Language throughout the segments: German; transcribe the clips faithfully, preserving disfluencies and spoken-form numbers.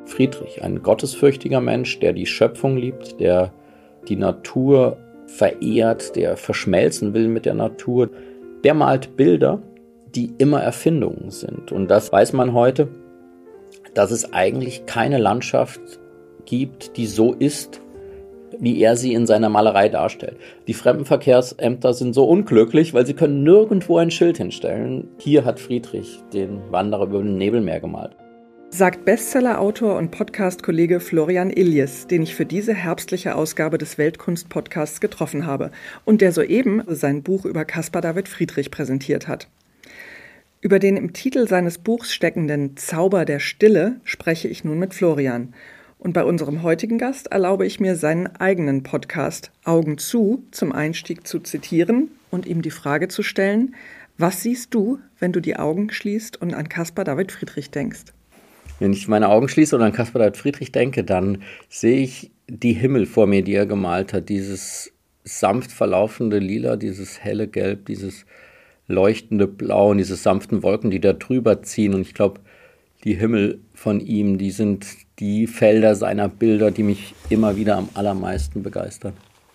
Friedrich, ein gottesfürchtiger Mensch, der die Schöpfung liebt, der die Natur verehrt, der verschmelzen will mit der Natur. Der malt Bilder, die immer Erfindungen sind. Und das weiß man heute, dass es eigentlich keine Landschaft gibt, die so ist, wie er sie in seiner Malerei darstellt. Die Fremdenverkehrsämter sind so unglücklich, weil sie können nirgendwo ein Schild hinstellen. Hier hat Friedrich den Wanderer über dem Nebelmeer gemalt. Sagt Bestsellerautor und Podcast-Kollege Florian Illies, den ich für diese herbstliche Ausgabe des Weltkunst-Podcasts getroffen habe und der soeben sein Buch über Caspar David Friedrich präsentiert hat. Über den im Titel seines Buchs steckenden Zauber der Stille spreche ich nun mit Florian. Und bei unserem heutigen Gast erlaube ich mir, seinen eigenen Podcast Augen zu zum Einstieg zu zitieren und ihm die Frage zu stellen: Was siehst du, wenn du die Augen schließt und an Caspar David Friedrich denkst? Wenn ich meine Augen schließe und an Caspar David Friedrich denke, dann sehe ich die Himmel vor mir, die er gemalt hat. Dieses sanft verlaufende Lila, dieses helle Gelb, dieses leuchtende Blau und diese sanften Wolken, die da drüber ziehen. Und ich glaube, die Himmel von ihm, die sind die Felder seiner Bilder, die mich immer wieder am allermeisten begeistern.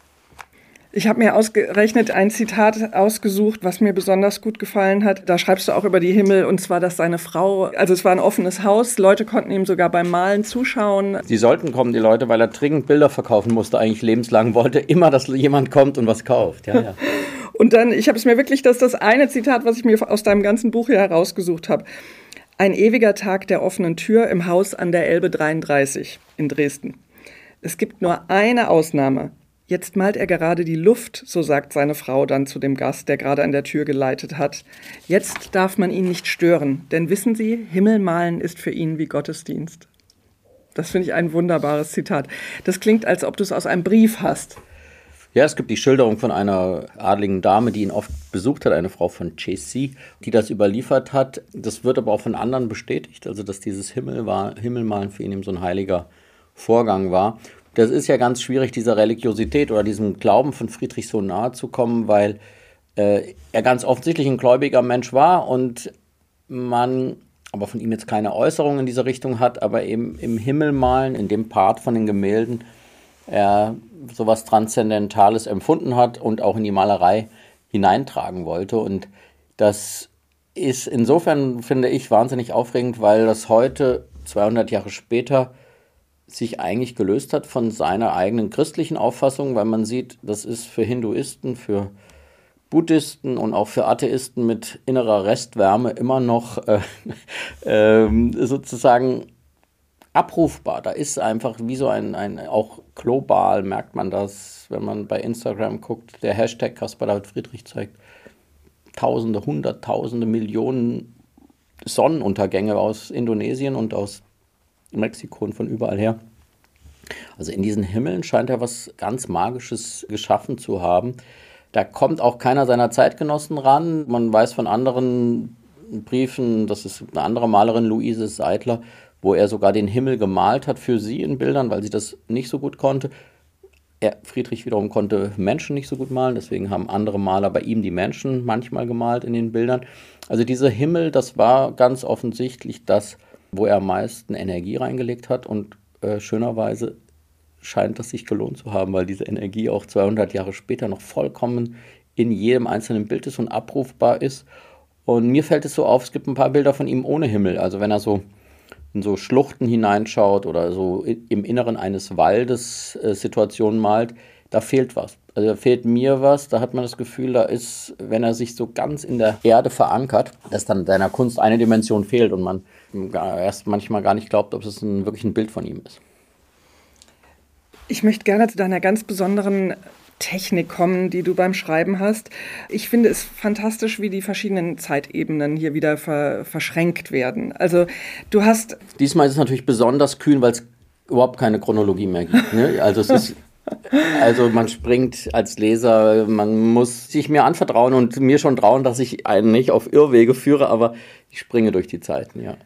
Ich habe mir ausgerechnet ein Zitat ausgesucht, was mir besonders gut gefallen hat. Da schreibst du auch über die Himmel, und zwar, dass seine Frau, also es war ein offenes Haus, Leute konnten ihm sogar beim Malen zuschauen. Sie sollten kommen, die Leute, weil er dringend Bilder verkaufen musste, eigentlich lebenslang, wollte immer, dass jemand kommt und was kauft. Ja, ja. Und dann, ich habe es mir wirklich, das ist das eine Zitat, was ich mir aus deinem ganzen Buch hier herausgesucht habe. Ein ewiger Tag der offenen Tür im Haus an der Elbe dreiunddreißig in Dresden. Es gibt nur eine Ausnahme. Jetzt malt er gerade die Luft, so sagt seine Frau dann zu dem Gast, der gerade an der Tür geleitet hat. Jetzt darf man ihn nicht stören, denn wissen Sie, Himmelmalen ist für ihn wie Gottesdienst. Das finde ich ein wunderbares Zitat. Das klingt, als ob du es aus einem Brief hast. Ja, es gibt die Schilderung von einer adligen Dame, die ihn oft besucht hat, eine Frau von Cesi, die das überliefert hat. Das wird aber auch von anderen bestätigt, also dass dieses Himmel war, Himmelmalen für ihn eben so ein heiliger Vorgang war. Das ist ja ganz schwierig, dieser Religiosität oder diesem Glauben von Friedrich so nahe zu kommen, weil äh, er ganz offensichtlich ein gläubiger Mensch war und man aber von ihm jetzt keine Äußerungen in diese Richtung hat, aber eben im Himmelmalen, in dem Part von den Gemälden, er sowas Transzendentales empfunden hat und auch in die Malerei hineintragen wollte. Und das ist insofern, finde ich, wahnsinnig aufregend, weil das heute, zweihundert Jahre später, sich eigentlich gelöst hat von seiner eigenen christlichen Auffassung, weil man sieht, das ist für Hinduisten, für Buddhisten und auch für Atheisten mit innerer Restwärme immer noch äh, äh, sozusagen abrufbar. Da ist einfach wie so ein, ein, auch global merkt man das, wenn man bei Instagram guckt, der Hashtag Caspar David Friedrich zeigt Tausende, Hunderttausende, Millionen Sonnenuntergänge aus Indonesien und aus Mexiko und von überall her. Also in diesen Himmeln scheint er was ganz Magisches geschaffen zu haben. Da kommt auch keiner seiner Zeitgenossen ran. Man weiß von anderen Briefen, das ist eine andere Malerin, Luise Seidler, wo er sogar den Himmel gemalt hat für sie in Bildern, weil sie das nicht so gut konnte. Er, Friedrich wiederum konnte Menschen nicht so gut malen, deswegen haben andere Maler bei ihm die Menschen manchmal gemalt in den Bildern. Also dieser Himmel, das war ganz offensichtlich das, wo er am meisten Energie reingelegt hat und äh, schönerweise scheint das sich gelohnt zu haben, weil diese Energie auch zweihundert Jahre später noch vollkommen in jedem einzelnen Bild ist und abrufbar ist. Und mir fällt es so auf, es gibt ein paar Bilder von ihm ohne Himmel, also wenn er so in so Schluchten hineinschaut oder so im Inneren eines Waldes äh, Situationen malt, da fehlt was. Also da fehlt mir was, da hat man das Gefühl, da ist, wenn er sich so ganz in der Erde verankert, dass dann seiner Kunst eine Dimension fehlt und man erst manchmal gar nicht glaubt, ob es ein, wirklich ein Bild von ihm ist. Ich möchte gerne zu deiner ganz besonderen Technik kommen, die du beim Schreiben hast. Ich finde es fantastisch, wie die verschiedenen Zeitebenen hier wieder ver- verschränkt werden. Also du hast... Diesmal ist es natürlich besonders kühn, weil es überhaupt keine Chronologie mehr gibt. Ne? Also es ist... Also man springt als Leser, man muss sich mir anvertrauen und mir schon trauen, dass ich einen nicht auf Irrwege führe, aber ich springe durch die Zeiten, ja, ja.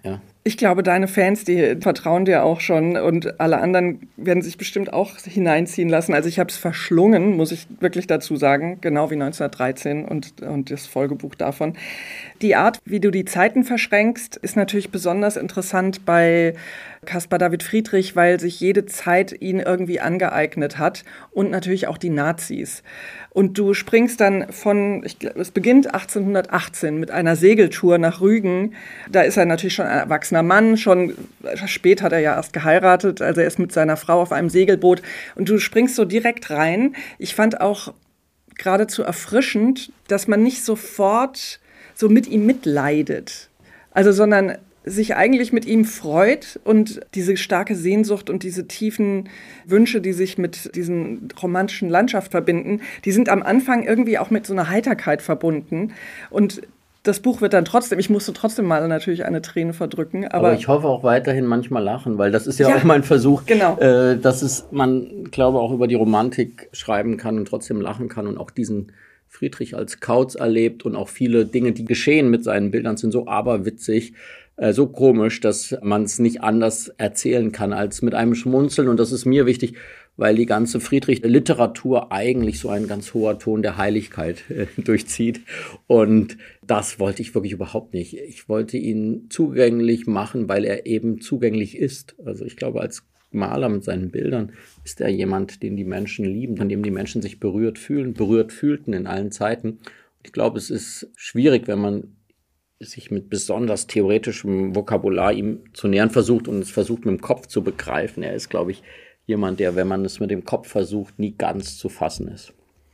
Ich glaube, deine Fans, die vertrauen dir auch schon und alle anderen werden sich bestimmt auch hineinziehen lassen. Also ich habe es verschlungen, muss ich wirklich dazu sagen, genau wie neunzehnhundertdreizehn und, und das Folgebuch davon. Die Art, wie du die Zeiten verschränkst, ist natürlich besonders interessant bei Caspar David Friedrich, weil sich jede Zeit ihn irgendwie angeeignet hat und natürlich auch die Nazis. Und du springst dann von, ich glaube, es beginnt achtzehnhundertachtzehn mit einer Segeltour nach Rügen. Da ist er natürlich schon ein erwachsener Mann, schon spät hat er ja erst geheiratet, also er ist mit seiner Frau auf einem Segelboot und du springst so direkt rein. Ich fand auch geradezu erfrischend, dass man nicht sofort so mit ihm mitleidet, also sondern sich eigentlich mit ihm freut und diese starke Sehnsucht und diese tiefen Wünsche, die sich mit diesen romantischen Landschaft verbinden, die sind am Anfang irgendwie auch mit so einer Heiterkeit verbunden. Und das Buch wird dann trotzdem, ich musste trotzdem mal natürlich eine Träne verdrücken. Aber, aber ich hoffe auch weiterhin manchmal lachen, weil das ist ja, ja auch mein Versuch, genau. äh, dass es, man, glaube auch über die Romantik schreiben kann und trotzdem lachen kann und auch diesen Friedrich als Kauz erlebt und auch viele Dinge, die geschehen mit seinen Bildern, sind so aberwitzig, äh, so komisch, dass man es nicht anders erzählen kann als mit einem Schmunzeln. Und das ist mir wichtig, weil die ganze Friedrich-Literatur eigentlich so ein ganz hoher Ton der Heiligkeit äh, durchzieht. Und das wollte ich wirklich überhaupt nicht. Ich wollte ihn zugänglich machen, weil er eben zugänglich ist. Also ich glaube, als Maler mit seinen Bildern ist er jemand, den die Menschen lieben, an dem die Menschen sich berührt fühlen, berührt fühlten in allen Zeiten. Und ich glaube, es ist schwierig, wenn man sich mit besonders theoretischem Vokabular ihm zu nähern versucht und es versucht mit dem Kopf zu begreifen. Er ist, glaube ich, jemand, der, wenn man es mit dem Kopf versucht, nie ganz zu fassen ist.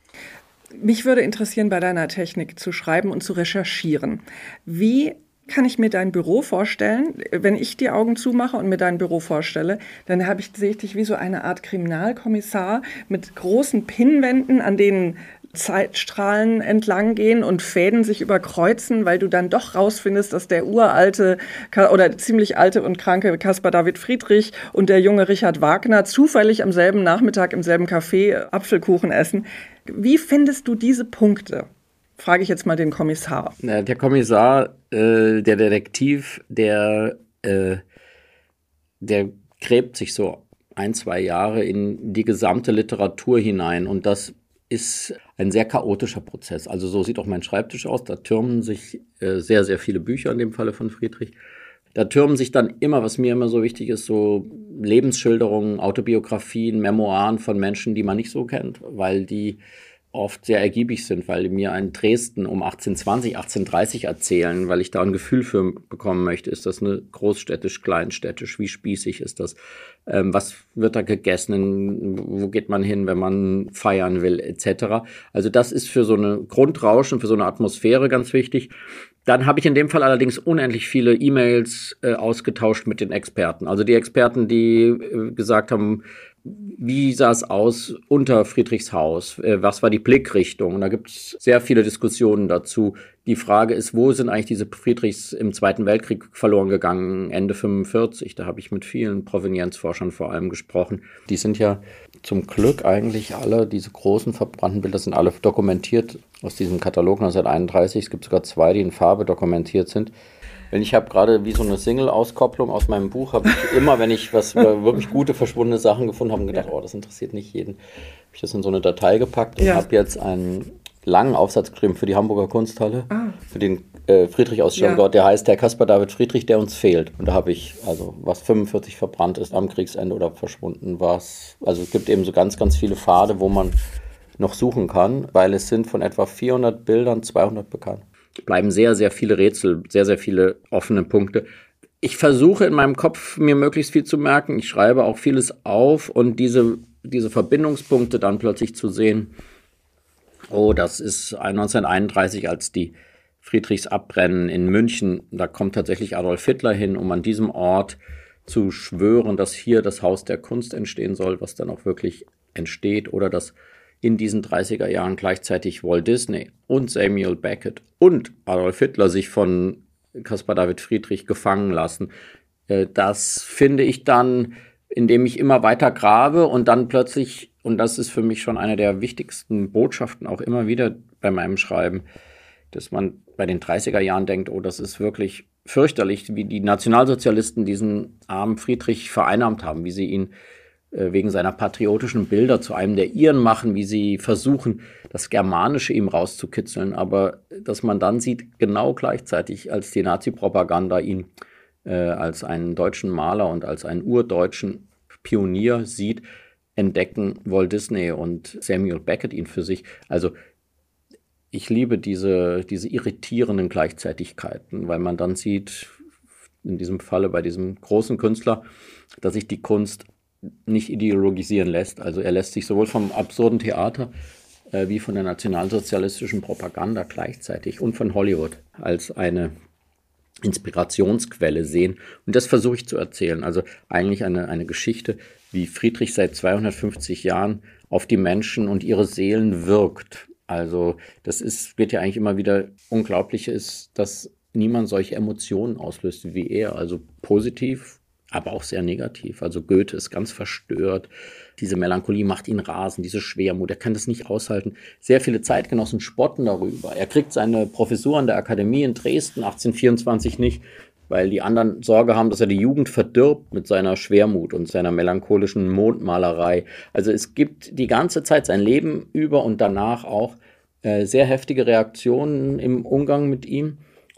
Mich würde interessieren, bei deiner Technik zu schreiben und zu recherchieren. Wie kann ich mir dein Büro vorstellen? Wenn ich die Augen zumache und mir dein Büro vorstelle, dann habe ich, sehe ich dich wie so eine Art Kriminalkommissar mit großen Pinnwänden, an denen Zeitstrahlen entlang gehen und Fäden sich überkreuzen, weil du dann doch rausfindest, dass der uralte oder ziemlich alte und kranke Caspar David Friedrich und der junge Richard Wagner zufällig am selben Nachmittag im selben Café Apfelkuchen essen. Wie findest du diese Punkte? Frage ich jetzt mal den Kommissar. Der Kommissar, äh, der Detektiv, der, äh, der gräbt sich so ein, zwei Jahre in die gesamte Literatur hinein und das ist ein sehr chaotischer Prozess. Also so sieht auch mein Schreibtisch aus. Da türmen sich äh, sehr, sehr viele Bücher, in dem Falle von Friedrich. Da türmen sich dann immer, was mir immer so wichtig ist, so Lebensschilderungen, Autobiografien, Memoiren von Menschen, die man nicht so kennt, weil die oft sehr ergiebig sind, weil die mir ein Dresden um achtzehnhundertzwanzig, achtzehnhundertdreißig erzählen, weil ich da ein Gefühl für bekommen möchte. Ist das eine großstädtisch, kleinstädtisch? Wie spießig ist das? Ähm, was wird da gegessen? Wo geht man hin, wenn man feiern will, et cetera. Also das ist für so eine Grundrauschen, für so eine Atmosphäre ganz wichtig. Dann habe ich in dem Fall allerdings unendlich viele E-Mails äh, ausgetauscht mit den Experten. Also die Experten, die äh, gesagt haben, wie sah es aus unter Friedrichs Haus? Äh, was war die Blickrichtung? Und da gibt es sehr viele Diskussionen dazu. Die Frage ist, wo sind eigentlich diese Friedrichs im Zweiten Weltkrieg verloren gegangen, Ende fünfundvierzig? Da habe ich mit vielen Provenienzforschern vor allem gesprochen. Die sind ja zum Glück eigentlich alle, diese großen verbrannten Bilder sind alle dokumentiert aus diesem Katalog neunzehnhunderteinunddreißig. Es gibt sogar zwei, die in Farbe dokumentiert sind. Wenn ich habe gerade wie so eine Single-Auskopplung aus meinem Buch, habe ich immer, wenn ich was wirklich gute, verschwundene Sachen gefunden habe, gedacht, oh, das interessiert nicht jeden, habe ich das in so eine Datei gepackt und ja. habe jetzt einen langen Aufsatz geschrieben für die Hamburger Kunsthalle, ah. für den äh, Friedrich-Ausstellung ja. dort, der heißt der Caspar David Friedrich, der uns fehlt. Und da habe ich, also was fünfundvierzig verbrannt ist am Kriegsende oder verschwunden war es. Also es gibt eben so ganz, ganz viele Pfade, wo man noch suchen kann, weil es sind von etwa vierhundert Bildern zweihundert bekannt. Bleiben sehr, sehr viele Rätsel, sehr, sehr viele offene Punkte. Ich versuche in meinem Kopf, mir möglichst viel zu merken. Ich schreibe auch vieles auf und diese, diese Verbindungspunkte dann plötzlich zu sehen. Oh, das ist neunzehnhunderteinunddreißig, als die Friedrichs abbrennen in München. Da kommt tatsächlich Adolf Hitler hin, um an diesem Ort zu schwören, dass hier das Haus der Kunst entstehen soll, was dann auch wirklich entsteht. Oder dass in diesen dreißiger Jahren gleichzeitig Walt Disney und Samuel Beckett und Adolf Hitler sich von Caspar David Friedrich gefangen lassen. Das finde ich dann, indem ich immer weiter grabe und dann plötzlich, und das ist für mich schon eine der wichtigsten Botschaften auch immer wieder bei meinem Schreiben, dass man bei den dreißiger Jahren denkt, oh, das ist wirklich fürchterlich, wie die Nationalsozialisten diesen armen Friedrich vereinnahmt haben, wie sie ihn äh, wegen seiner patriotischen Bilder zu einem der ihren machen, wie sie versuchen, das Germanische ihm rauszukitzeln, aber dass man dann sieht, genau gleichzeitig, als die Nazi-Propaganda ihn äh, als einen deutschen Maler und als einen urdeutschen Pionier sieht, entdecken Walt Disney und Samuel Beckett ihn für sich. Also ich liebe diese, diese irritierenden Gleichzeitigkeiten, weil man dann sieht, in diesem Falle bei diesem großen Künstler, dass sich die Kunst nicht ideologisieren lässt. Also er lässt sich sowohl vom absurden Theater äh, wie von der nationalsozialistischen Propaganda gleichzeitig und von Hollywood als eine Inspirationsquelle sehen. Und das versuche ich zu erzählen. Also eigentlich eine, eine Geschichte, wie Friedrich seit zweihundertfünfzig Jahren auf die Menschen und ihre Seelen wirkt. Also das ist, wird ja eigentlich immer wieder unglaublich ist, dass niemand solche Emotionen auslöst wie er. Also positiv, aber auch sehr negativ. Also Goethe ist ganz verstört. Diese Melancholie macht ihn rasend, diese Schwermut. Er kann das nicht aushalten. Sehr viele Zeitgenossen spotten darüber. Er kriegt seine Professur an der Akademie in Dresden achtzehnhundertvierundzwanzig nicht, weil die anderen Sorge haben, dass er die Jugend verdirbt mit seiner Schwermut und seiner melancholischen Mondmalerei. Also es gibt die ganze Zeit sein Leben über und danach auch äh, sehr heftige Reaktionen im Umgang mit ihm.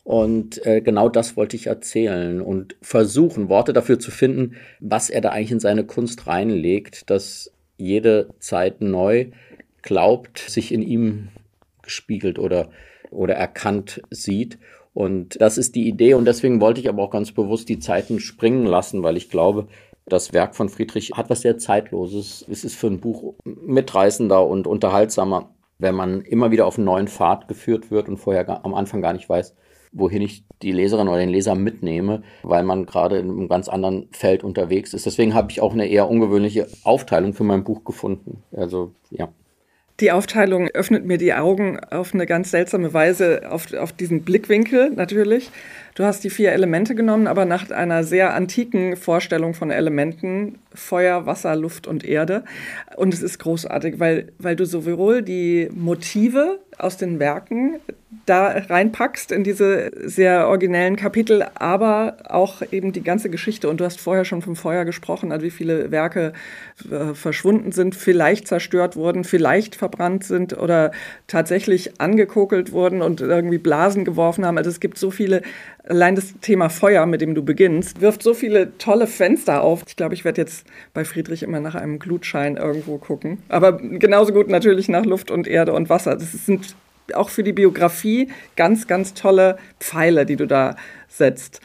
Und äh, genau das wollte ich erzählen und versuchen, Worte dafür zu finden, was er da eigentlich in seine Kunst reinlegt, dass jede Zeit neu glaubt, sich in ihm gespiegelt oder, oder erkannt sieht. Und das ist die Idee und deswegen wollte ich aber auch ganz bewusst die Zeiten springen lassen, weil ich glaube, das Werk von Friedrich hat was sehr Zeitloses. Es ist für ein Buch mitreißender und unterhaltsamer, wenn man immer wieder auf einen neuen Pfad geführt wird und vorher gar, am Anfang gar nicht weiß, wohin ich die Leserin oder den Leser mitnehme, weil man gerade in einem ganz anderen Feld unterwegs ist. Deswegen habe ich auch eine eher ungewöhnliche Aufteilung für mein Buch gefunden. Also, ja. Die Aufteilung öffnet mir die Augen auf eine ganz seltsame Weise, auf, auf diesen Blickwinkel natürlich. Du hast die vier Elemente genommen, aber nach einer sehr antiken Vorstellung von Elementen, Feuer, Wasser, Luft und Erde. Und es ist großartig, weil, weil du sowohl die Motive aus den Werken da reinpackst in diese sehr originellen Kapitel, aber auch eben die ganze Geschichte. Und du hast vorher schon vom Feuer gesprochen, also wie viele Werke äh, verschwunden sind, vielleicht zerstört wurden, vielleicht verbrannt sind oder tatsächlich angekokelt wurden und irgendwie Blasen geworfen haben. Also es gibt so viele, allein das Thema Feuer, mit dem du beginnst, wirft so viele tolle Fenster auf. Ich glaube, ich werde jetzt bei Friedrich immer nach einem Glutschein irgendwo gucken. Aber genauso gut natürlich nach Luft und Erde und Wasser. Das sind auch für die Biografie ganz, ganz tolle Pfeile, die du da setzt.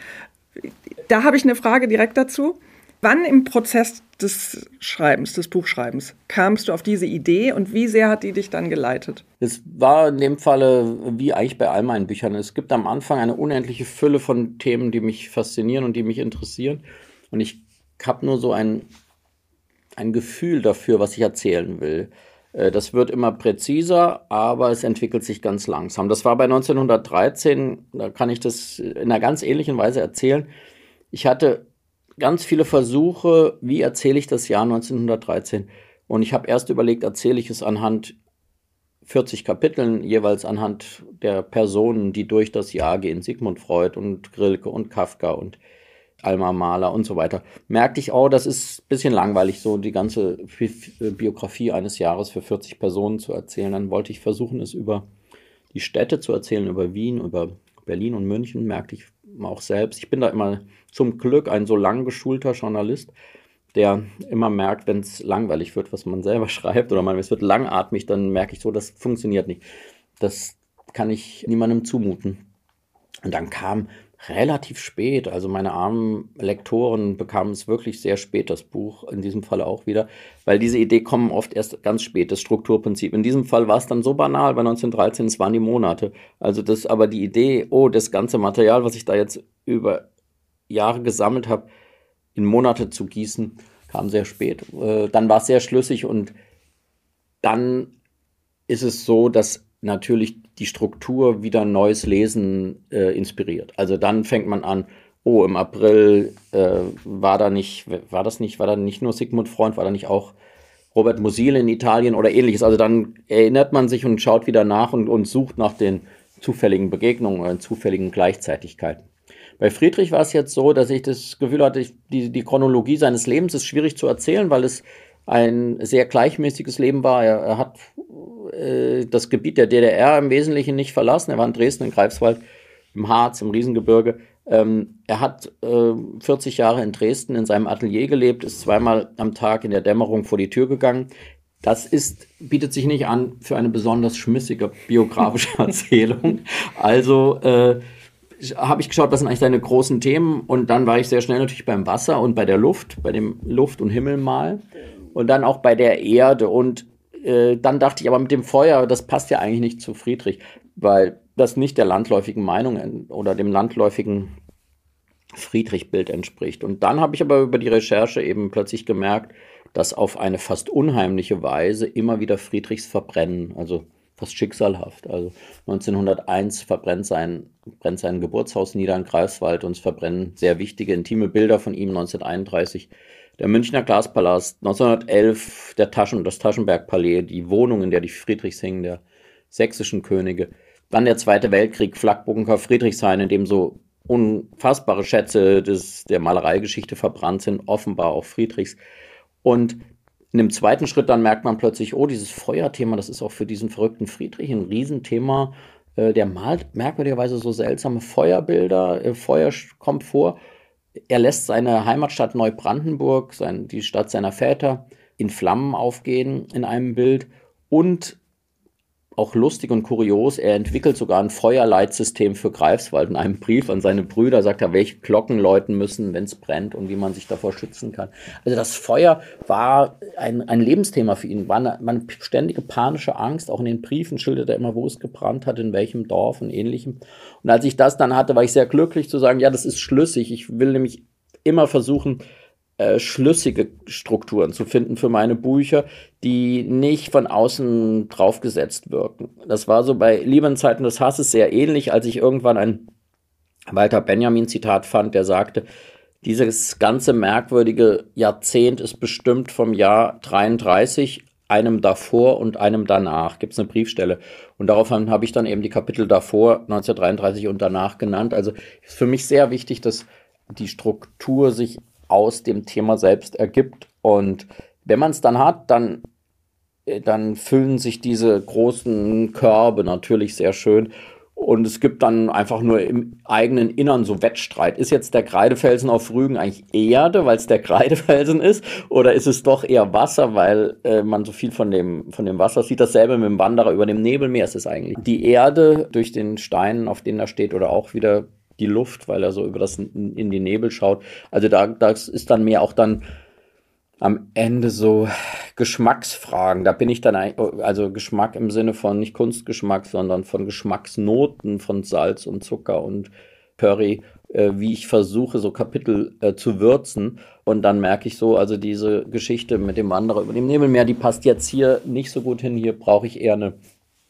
Da habe ich eine Frage direkt dazu. Wann im Prozess des Schreibens, des Buchschreibens, kamst du auf diese Idee und wie sehr hat die dich dann geleitet? Es war in dem Falle wie eigentlich bei all meinen Büchern. Es gibt am Anfang eine unendliche Fülle von Themen, die mich faszinieren und die mich interessieren. Und ich habe nur so ein, ein Gefühl dafür, was ich erzählen will. Das wird immer präziser, aber es entwickelt sich ganz langsam. Das war bei neunzehnhundertdreizehn, da kann ich das in einer ganz ähnlichen Weise erzählen. Ich hatte ganz viele Versuche, wie erzähle ich das Jahr neunzehnhundertdreizehn? Und ich habe erst überlegt, erzähle ich es anhand vierzig Kapiteln, jeweils anhand der Personen, die durch das Jahr gehen, Sigmund Freud und Rilke und Kafka und Alma Mahler und so weiter. Merkte ich, oh, das ist ein bisschen langweilig, so die ganze Biografie eines Jahres für vierzig Personen zu erzählen. Dann wollte ich versuchen, es über die Städte zu erzählen, über Wien, über Berlin und München, merkte ich auch selbst. Ich bin da immer zum Glück ein so lang geschulter Journalist, der immer merkt, wenn es langweilig wird, was man selber schreibt, oder man, es wird langatmig, dann merke ich so, das funktioniert nicht. Das kann ich niemandem zumuten. Und dann kam relativ spät, also meine armen Lektoren bekamen es wirklich sehr spät, das Buch, in diesem Fall auch wieder, weil diese Idee kommen oft erst ganz spät, das Strukturprinzip. In diesem Fall war es dann so banal, bei neunzehnhundertdreizehn, es waren die Monate. Also das, aber die Idee, oh, das ganze Material, was ich da jetzt über Jahre gesammelt habe, in Monate zu gießen, kam sehr spät. Dann war es sehr schlüssig und dann ist es so, dass natürlich die Struktur wieder neues Lesen äh, inspiriert. Also dann fängt man an, oh, im April äh, war da nicht, war das nicht, war da nicht nur Sigmund Freud, war da nicht auch Robert Musil in Italien oder ähnliches. Also dann erinnert man sich und schaut wieder nach und, und sucht nach den zufälligen Begegnungen oder zufälligen Gleichzeitigkeiten. Bei Friedrich war es jetzt so, dass ich das Gefühl hatte, ich, die, die Chronologie seines Lebens ist schwierig zu erzählen, weil es ein sehr gleichmäßiges Leben war. Er, er hat äh, das Gebiet der D D R im Wesentlichen nicht verlassen. Er war in Dresden, in Greifswald, im Harz, im Riesengebirge. Ähm, er hat äh, vierzig Jahre in Dresden in seinem Atelier gelebt, ist zweimal am Tag in der Dämmerung vor die Tür gegangen. Das ist, bietet sich nicht an für eine besonders schmissige biografische Erzählung. Also äh, habe ich geschaut, was sind eigentlich seine großen Themen, und dann war ich sehr schnell natürlich beim Wasser und bei der Luft, bei dem Luft- und Himmelmal und dann auch bei der Erde. Und äh, dann dachte ich, aber mit dem Feuer, das passt ja eigentlich nicht zu Friedrich, weil das nicht der landläufigen Meinung oder dem landläufigen Friedrich-Bild entspricht. Und dann habe ich aber über die Recherche eben plötzlich gemerkt, dass auf eine fast unheimliche Weise immer wieder Friedrichs verbrennen, also fast schicksalhaft. Also neunzehnhunderteins verbrennt sein, brennt sein Geburtshaus nieder in Greifswald, und es verbrennen sehr wichtige, intime Bilder von ihm. neunzehnhunderteinunddreißig der Münchner Glaspalast, neunzehnhundertelf der Taschen, das Taschenberg-Palais, die Wohnung, in der die Friedrichs hingen, der sächsischen Könige. Dann der Zweite Weltkrieg, Flakbunker Friedrichshain, in dem so unfassbare Schätze des, der Malereigeschichte verbrannt sind, offenbar auch Friedrichs. Und in dem zweiten Schritt dann merkt man plötzlich, oh, dieses Feuerthema, das ist auch für diesen verrückten Friedrich ein Riesenthema. Äh, der malt merkwürdigerweise so seltsame Feuerbilder. Äh, Feuer kommt vor. Er lässt seine Heimatstadt Neubrandenburg, sein, die Stadt seiner Väter, in Flammen aufgehen in einem Bild. Und auch lustig und kurios, er entwickelt sogar ein Feuerleitsystem für Greifswald. In einem Brief an seine Brüder sagt er, welche Glocken läuten müssen, wenn es brennt, und wie man sich davor schützen kann. Also das Feuer war ein, ein Lebensthema für ihn, war eine, eine ständige panische Angst. Auch in den Briefen schildert er immer, wo es gebrannt hat, in welchem Dorf und ähnlichem. Und als ich das dann hatte, war ich sehr glücklich zu sagen, ja, das ist schlüssig. Ich will nämlich immer versuchen, Äh, schlüssige Strukturen zu finden für meine Bücher, die nicht von außen draufgesetzt wirken. Das war so bei Liebe in Zeiten des Hasses sehr ähnlich, als ich irgendwann ein Walter Benjamin-Zitat fand, der sagte, dieses ganze merkwürdige Jahrzehnt ist bestimmt vom Jahr dreiunddreißig, einem davor und einem danach. Gibt es eine Briefstelle. Und daraufhin habe ich dann eben die Kapitel davor, neunzehnhundertdreiunddreißig und danach genannt. Also ist für mich sehr wichtig, dass die Struktur sich aus dem Thema selbst ergibt. Und wenn man es dann hat, dann, dann füllen sich diese großen Körbe natürlich sehr schön. Und es gibt dann einfach nur im eigenen Innern so Wettstreit. Ist jetzt der Kreidefelsen auf Rügen eigentlich Erde, weil es der Kreidefelsen ist? Oder ist es doch eher Wasser, weil äh, man so viel von dem, von dem Wasser sieht? Dasselbe mit dem Wanderer über dem Nebelmeer. Es ist eigentlich die Erde durch den Stein, auf denen er steht, oder auch wieder die Luft, weil er so über das in die Nebel schaut. Also da das ist dann mehr auch dann am Ende so Geschmacksfragen. Da bin ich dann, also Geschmack im Sinne von nicht Kunstgeschmack, sondern von Geschmacksnoten, von Salz und Zucker und Curry, äh, wie ich versuche, so Kapitel äh, zu würzen. Und dann merke ich so, also diese Geschichte mit dem Wanderer über dem Nebelmeer, die passt jetzt hier nicht so gut hin. Hier brauche ich eher eine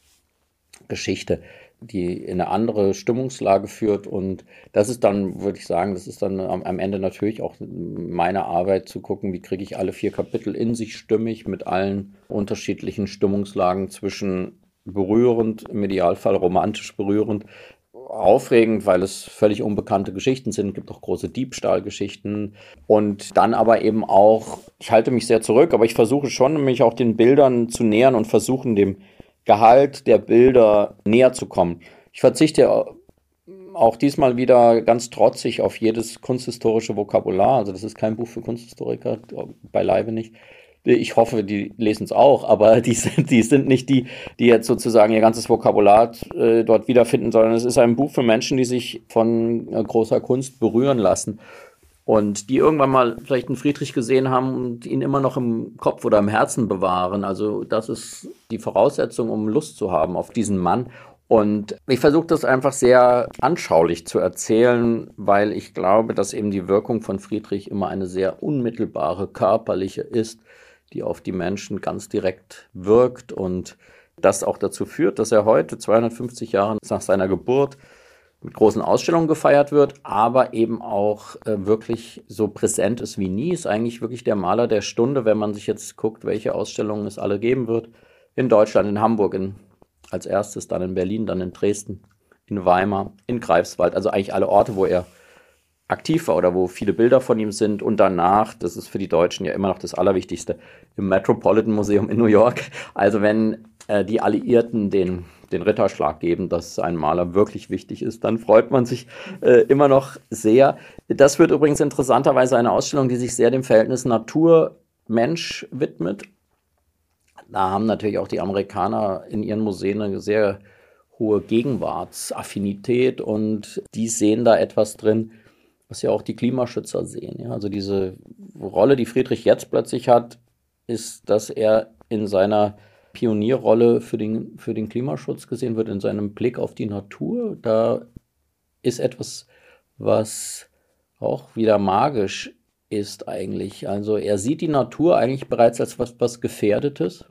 Geschichte, die in eine andere Stimmungslage führt, und das ist dann, würde ich sagen, das ist dann am, am Ende natürlich auch meine Arbeit, zu gucken, wie kriege ich alle vier Kapitel in sich stimmig mit allen unterschiedlichen Stimmungslagen, zwischen berührend, im Idealfall romantisch berührend, aufregend, weil es völlig unbekannte Geschichten sind, es gibt auch große Diebstahlgeschichten, und dann aber eben auch, ich halte mich sehr zurück, aber ich versuche schon, mich auch den Bildern zu nähern und versuchen, dem Gehalt der Bilder näher zu kommen. Ich verzichte auch diesmal wieder ganz trotzig auf jedes kunsthistorische Vokabular. Also das ist kein Buch für Kunsthistoriker, beileibe nicht. Ich hoffe, die lesen es auch, aber die sind, die sind nicht die, die jetzt sozusagen ihr ganzes Vokabular äh, dort wiederfinden, sondern es ist ein Buch für Menschen, die sich von äh, großer Kunst berühren lassen. Und die irgendwann mal vielleicht einen Friedrich gesehen haben und ihn immer noch im Kopf oder im Herzen bewahren. Also das ist die Voraussetzung, um Lust zu haben auf diesen Mann. Und ich versuche das einfach sehr anschaulich zu erzählen, weil ich glaube, dass eben die Wirkung von Friedrich immer eine sehr unmittelbare, körperliche ist, die auf die Menschen ganz direkt wirkt. Und das auch dazu führt, dass er heute, zweihundertfünfzig Jahre nach seiner Geburt, mit großen Ausstellungen gefeiert wird, aber eben auch äh, wirklich so präsent ist wie nie. Ist eigentlich wirklich der Maler der Stunde, wenn man sich jetzt guckt, welche Ausstellungen es alle geben wird. In Deutschland, in Hamburg, in, als erstes, dann in Berlin, dann in Dresden, in Weimar, in Greifswald. Also eigentlich alle Orte, wo er aktiv war oder wo viele Bilder von ihm sind. Und danach, das ist für die Deutschen ja immer noch das Allerwichtigste, im Metropolitan Museum in New York. Also wenn äh, die Alliierten den, den Ritterschlag geben, dass ein Maler wirklich wichtig ist, dann freut man sich äh, immer noch sehr. Das wird übrigens interessanterweise eine Ausstellung, die sich sehr dem Verhältnis Natur-Mensch widmet. Da haben natürlich auch die Amerikaner in ihren Museen eine sehr hohe Gegenwartsaffinität und die sehen da etwas drin, was ja auch die Klimaschützer sehen. Ja? Also diese Rolle, die Friedrich jetzt plötzlich hat, ist, dass er in seiner Pionierrolle für den, für den Klimaschutz gesehen wird, in seinem Blick auf die Natur. Da ist etwas, was auch wieder magisch ist eigentlich. Also er sieht die Natur eigentlich bereits als was, was Gefährdetes,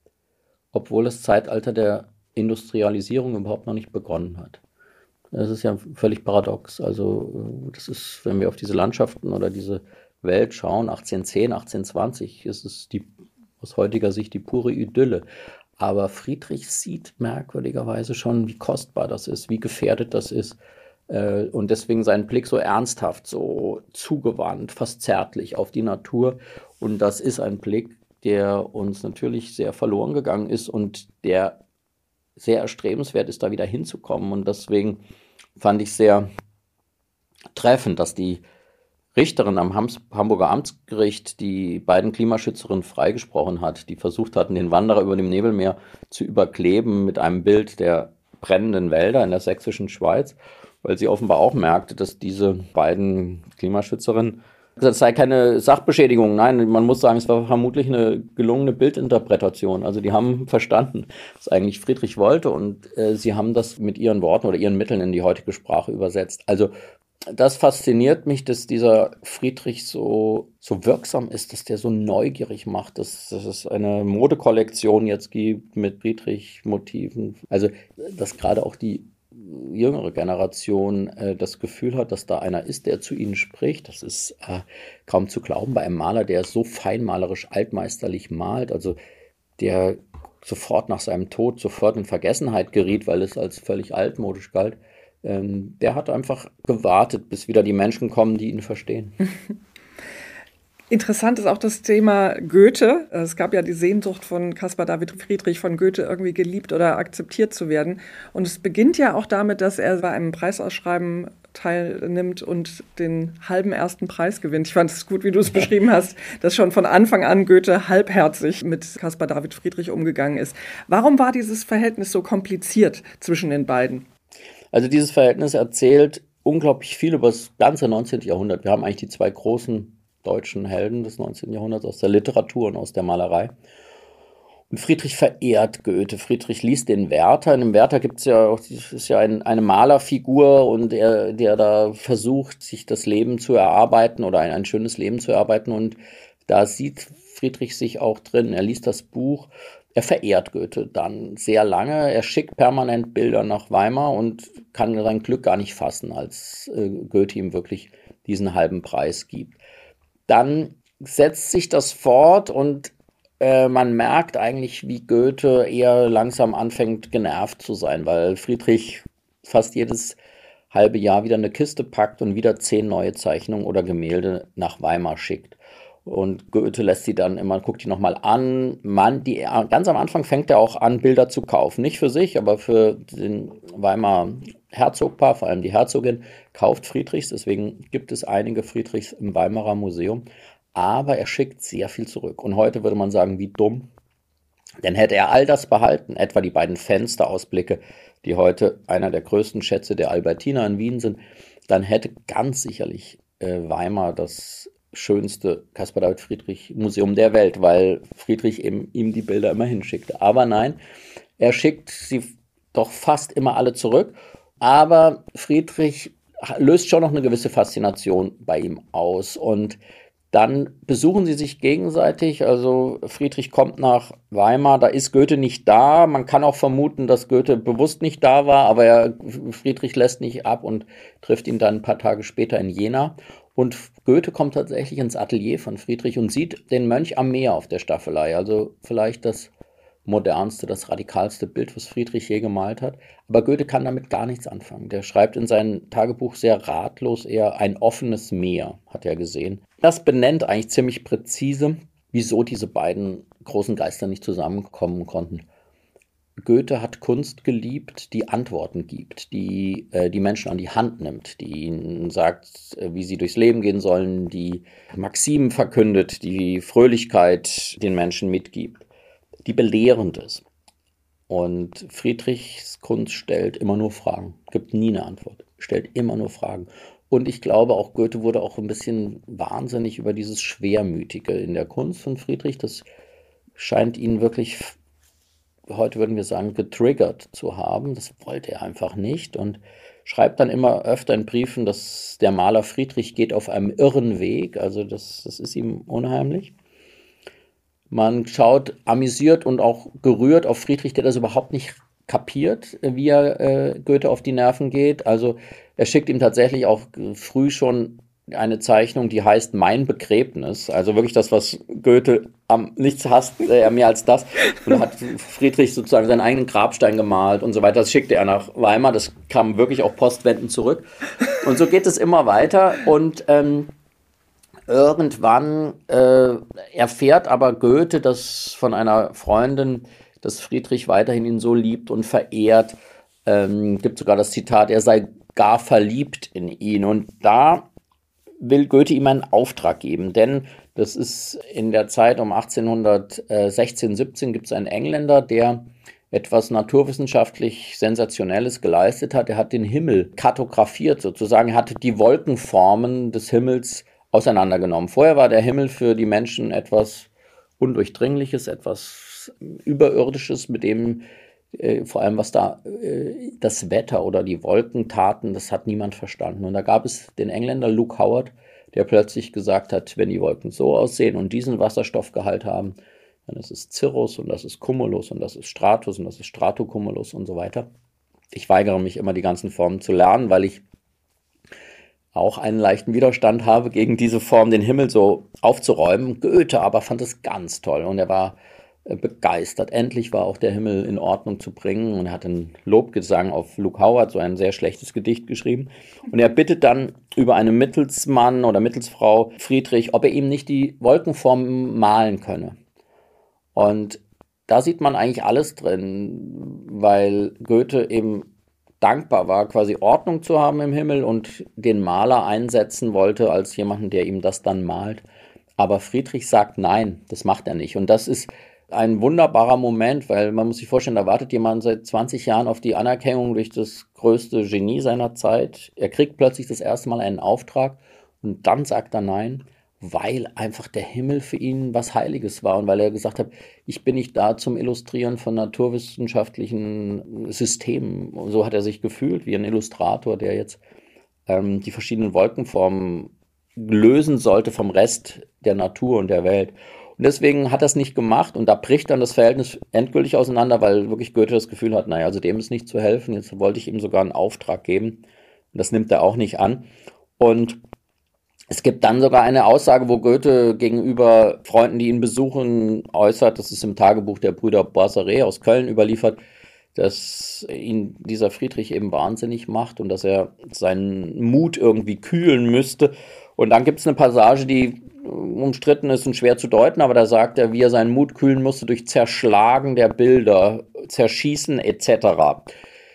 obwohl das Zeitalter der Industrialisierung überhaupt noch nicht begonnen hat. Das ist ja völlig paradox. Also das ist, wenn wir auf diese Landschaften oder diese Welt schauen, achtzehnhundertzehn, achtzehnhundertzwanzig, ist es die, aus heutiger Sicht die pure Idylle. Aber Friedrich sieht merkwürdigerweise schon, wie kostbar das ist, wie gefährdet das ist. Und deswegen seinen Blick so ernsthaft, so zugewandt, fast zärtlich auf die Natur. Und das ist ein Blick, der uns natürlich sehr verloren gegangen ist und der sehr erstrebenswert ist, da wieder hinzukommen. Und deswegen fand ich sehr treffend, dass die Richterin am Hams- Hamburger Amtsgericht die beiden Klimaschützerinnen freigesprochen hat, die versucht hatten, den Wanderer über dem Nebelmeer zu überkleben mit einem Bild der brennenden Wälder in der sächsischen Schweiz, weil sie offenbar auch merkte, dass diese beiden Klimaschützerinnen, das sei keine Sachbeschädigung, nein, man muss sagen, es war vermutlich eine gelungene Bildinterpretation. Also die haben verstanden, was eigentlich Friedrich wollte und äh, sie haben das mit ihren Worten oder ihren Mitteln in die heutige Sprache übersetzt. Also das fasziniert mich, dass dieser Friedrich so, so wirksam ist, dass der so neugierig macht, dass, dass es eine Modekollektion jetzt gibt mit Friedrich-Motiven. Also dass gerade auch die jüngere Generation äh, das Gefühl hat, dass da einer ist, der zu ihnen spricht. Das ist äh, kaum zu glauben bei einem Maler, der so feinmalerisch altmeisterlich malt, also der sofort nach seinem Tod sofort in Vergessenheit geriet, weil es als völlig altmodisch galt. Ähm, der hat einfach gewartet, bis wieder die Menschen kommen, die ihn verstehen. Interessant ist auch das Thema Goethe. Es gab ja die Sehnsucht von Caspar David Friedrich, von Goethe irgendwie geliebt oder akzeptiert zu werden. Und es beginnt ja auch damit, dass er bei einem Preisausschreiben teilnimmt und den halben ersten Preis gewinnt. Ich fand es gut, wie du es beschrieben hast, dass schon von Anfang an Goethe halbherzig mit Caspar David Friedrich umgegangen ist. Warum war dieses Verhältnis so kompliziert zwischen den beiden? Also dieses Verhältnis erzählt unglaublich viel über das ganze neunzehnten. Jahrhundert. Wir haben eigentlich die zwei großen deutschen Helden des neunzehnten. Jahrhunderts aus der Literatur und aus der Malerei. Und Friedrich verehrt Goethe. Friedrich liest den Werther. In dem Werther gibt es ja auch, ist ja ein, eine Malerfigur und er, der da versucht, sich das Leben zu erarbeiten oder ein, ein schönes Leben zu erarbeiten. Und da sieht Friedrich sich auch drin. Er liest das Buch. Er verehrt Goethe dann sehr lange. Er schickt permanent Bilder nach Weimar und kann sein Glück gar nicht fassen, als äh, Goethe ihm wirklich diesen halben Preis gibt. Dann setzt sich das fort und äh, man merkt eigentlich, wie Goethe eher langsam anfängt, genervt zu sein, weil Friedrich fast jedes halbe Jahr wieder eine Kiste packt und wieder zehn neue Zeichnungen oder Gemälde nach Weimar schickt. Und Goethe lässt sie dann immer, guckt die nochmal an. Man, die, ganz am Anfang fängt er auch an, Bilder zu kaufen. Nicht für sich, aber für den Weimarer Herzogpaar, vor allem die Herzogin, kauft Friedrichs. Deswegen gibt es einige Friedrichs im Weimarer Museum. Aber er schickt sehr viel zurück. Und heute würde man sagen, wie dumm. Denn hätte er all das behalten, etwa die beiden Fensterausblicke, die heute einer der größten Schätze der Albertina in Wien sind, dann hätte ganz sicherlich äh, Weimar das schönste Caspar David Friedrich Museum der Welt, weil Friedrich eben ihm die Bilder immer hinschickte. Aber nein, er schickt sie doch fast immer alle zurück. Aber Friedrich löst schon noch eine gewisse Faszination bei ihm aus. Und dann besuchen sie sich gegenseitig. Also Friedrich kommt nach Weimar, da ist Goethe nicht da. Man kann auch vermuten, dass Goethe bewusst nicht da war, aber er, Friedrich lässt nicht ab und trifft ihn dann ein paar Tage später in Jena. Und Goethe kommt tatsächlich ins Atelier von Friedrich und sieht den Mönch am Meer auf der Staffelei. Also vielleicht das modernste, das radikalste Bild, was Friedrich je gemalt hat. Aber Goethe kann damit gar nichts anfangen. Der schreibt in seinem Tagebuch sehr ratlos eher ein offenes Meer, hat er gesehen. Das benennt eigentlich ziemlich präzise, wieso diese beiden großen Geister nicht zusammenkommen konnten. Goethe hat Kunst geliebt, die Antworten gibt, die äh, die Menschen an die Hand nimmt, die ihnen sagt, äh, wie sie durchs Leben gehen sollen, die Maximen verkündet, die Fröhlichkeit den Menschen mitgibt, die belehrend ist. Und Friedrichs Kunst stellt immer nur Fragen, gibt nie eine Antwort, stellt immer nur Fragen. Und ich glaube, auch Goethe wurde auch ein bisschen wahnsinnig über dieses Schwermütige in der Kunst von Friedrich. Das scheint ihn wirklich, heute würden wir sagen, getriggert zu haben. Das wollte er einfach nicht und schreibt dann immer öfter in Briefen, dass der Maler Friedrich geht auf einem irren Weg. Also das, das ist ihm unheimlich. Man schaut amüsiert und auch gerührt auf Friedrich, der das überhaupt nicht kapiert, wie er äh, Goethe auf die Nerven geht. Also er schickt ihm tatsächlich auch früh schon eine Zeichnung, die heißt Mein Begräbnis. Also wirklich das, was Goethe am nichts hasst, äh, mehr als das. Und da hat Friedrich sozusagen seinen eigenen Grabstein gemalt und so weiter. Das schickte er nach Weimar. Das kam wirklich auch postwendend zurück. Und so geht es immer weiter. Und ähm, irgendwann äh, erfährt aber Goethe, dass von einer Freundin, dass Friedrich weiterhin ihn so liebt und verehrt. Ähm, gibt sogar das Zitat, er sei gar verliebt in ihn. Und da will Goethe ihm einen Auftrag geben, denn das ist in der Zeit um achtzehnhundertsechzehn, siebzehn gibt es einen Engländer, der etwas naturwissenschaftlich Sensationelles geleistet hat. Er hat den Himmel kartografiert sozusagen, er hat die Wolkenformen des Himmels auseinandergenommen. Vorher war der Himmel für die Menschen etwas Undurchdringliches, etwas Überirdisches, mit dem äh, vor allem was da äh, das Wetter oder die Wolken taten, das hat niemand verstanden. Und da gab es den Engländer Luke Howard, der plötzlich gesagt hat, wenn die Wolken so aussehen und diesen Wasserstoffgehalt haben, dann ist es Cirrus und das ist Cumulus und das ist Stratus und das ist Stratocumulus und so weiter. Ich weigere mich immer, die ganzen Formen zu lernen, weil ich auch einen leichten Widerstand habe gegen diese Form, den Himmel so aufzuräumen. Goethe aber fand es ganz toll und er war begeistert. Endlich war auch der Himmel in Ordnung zu bringen und er hat einen Lobgesang auf Luke Howard, so ein sehr schlechtes Gedicht geschrieben. Und er bittet dann über einen Mittelsmann oder Mittelsfrau Friedrich, ob er ihm nicht die Wolkenformen malen könne. Und da sieht man eigentlich alles drin, weil Goethe eben dankbar war, quasi Ordnung zu haben im Himmel und den Maler einsetzen wollte als jemanden, der ihm das dann malt. Aber Friedrich sagt, nein, das macht er nicht. Und das ist ein wunderbarer Moment, weil man muss sich vorstellen, da wartet jemand seit zwanzig Jahren auf die Anerkennung durch das größte Genie seiner Zeit. Er kriegt plötzlich das erste Mal einen Auftrag und dann sagt er nein, weil einfach der Himmel für ihn was Heiliges war und weil er gesagt hat, ich bin nicht da zum Illustrieren von naturwissenschaftlichen Systemen. So hat er sich gefühlt, wie ein Illustrator, der jetzt ähm, die verschiedenen Wolkenformen lösen sollte vom Rest der Natur und der Welt. Und deswegen hat er es nicht gemacht und da bricht dann das Verhältnis endgültig auseinander, weil wirklich Goethe das Gefühl hat, naja, also dem ist nicht zu helfen, jetzt wollte ich ihm sogar einen Auftrag geben und das nimmt er auch nicht an. Und es gibt dann sogar eine Aussage, wo Goethe gegenüber Freunden, die ihn besuchen, äußert, das ist im Tagebuch der Brüder Boisseret aus Köln überliefert, dass ihn dieser Friedrich eben wahnsinnig macht und dass er seinen Mut irgendwie kühlen müsste. Und dann gibt es eine Passage, die umstritten ist und schwer zu deuten, aber da sagt er, wie er seinen Mut kühlen musste durch Zerschlagen der Bilder, Zerschießen et cetera.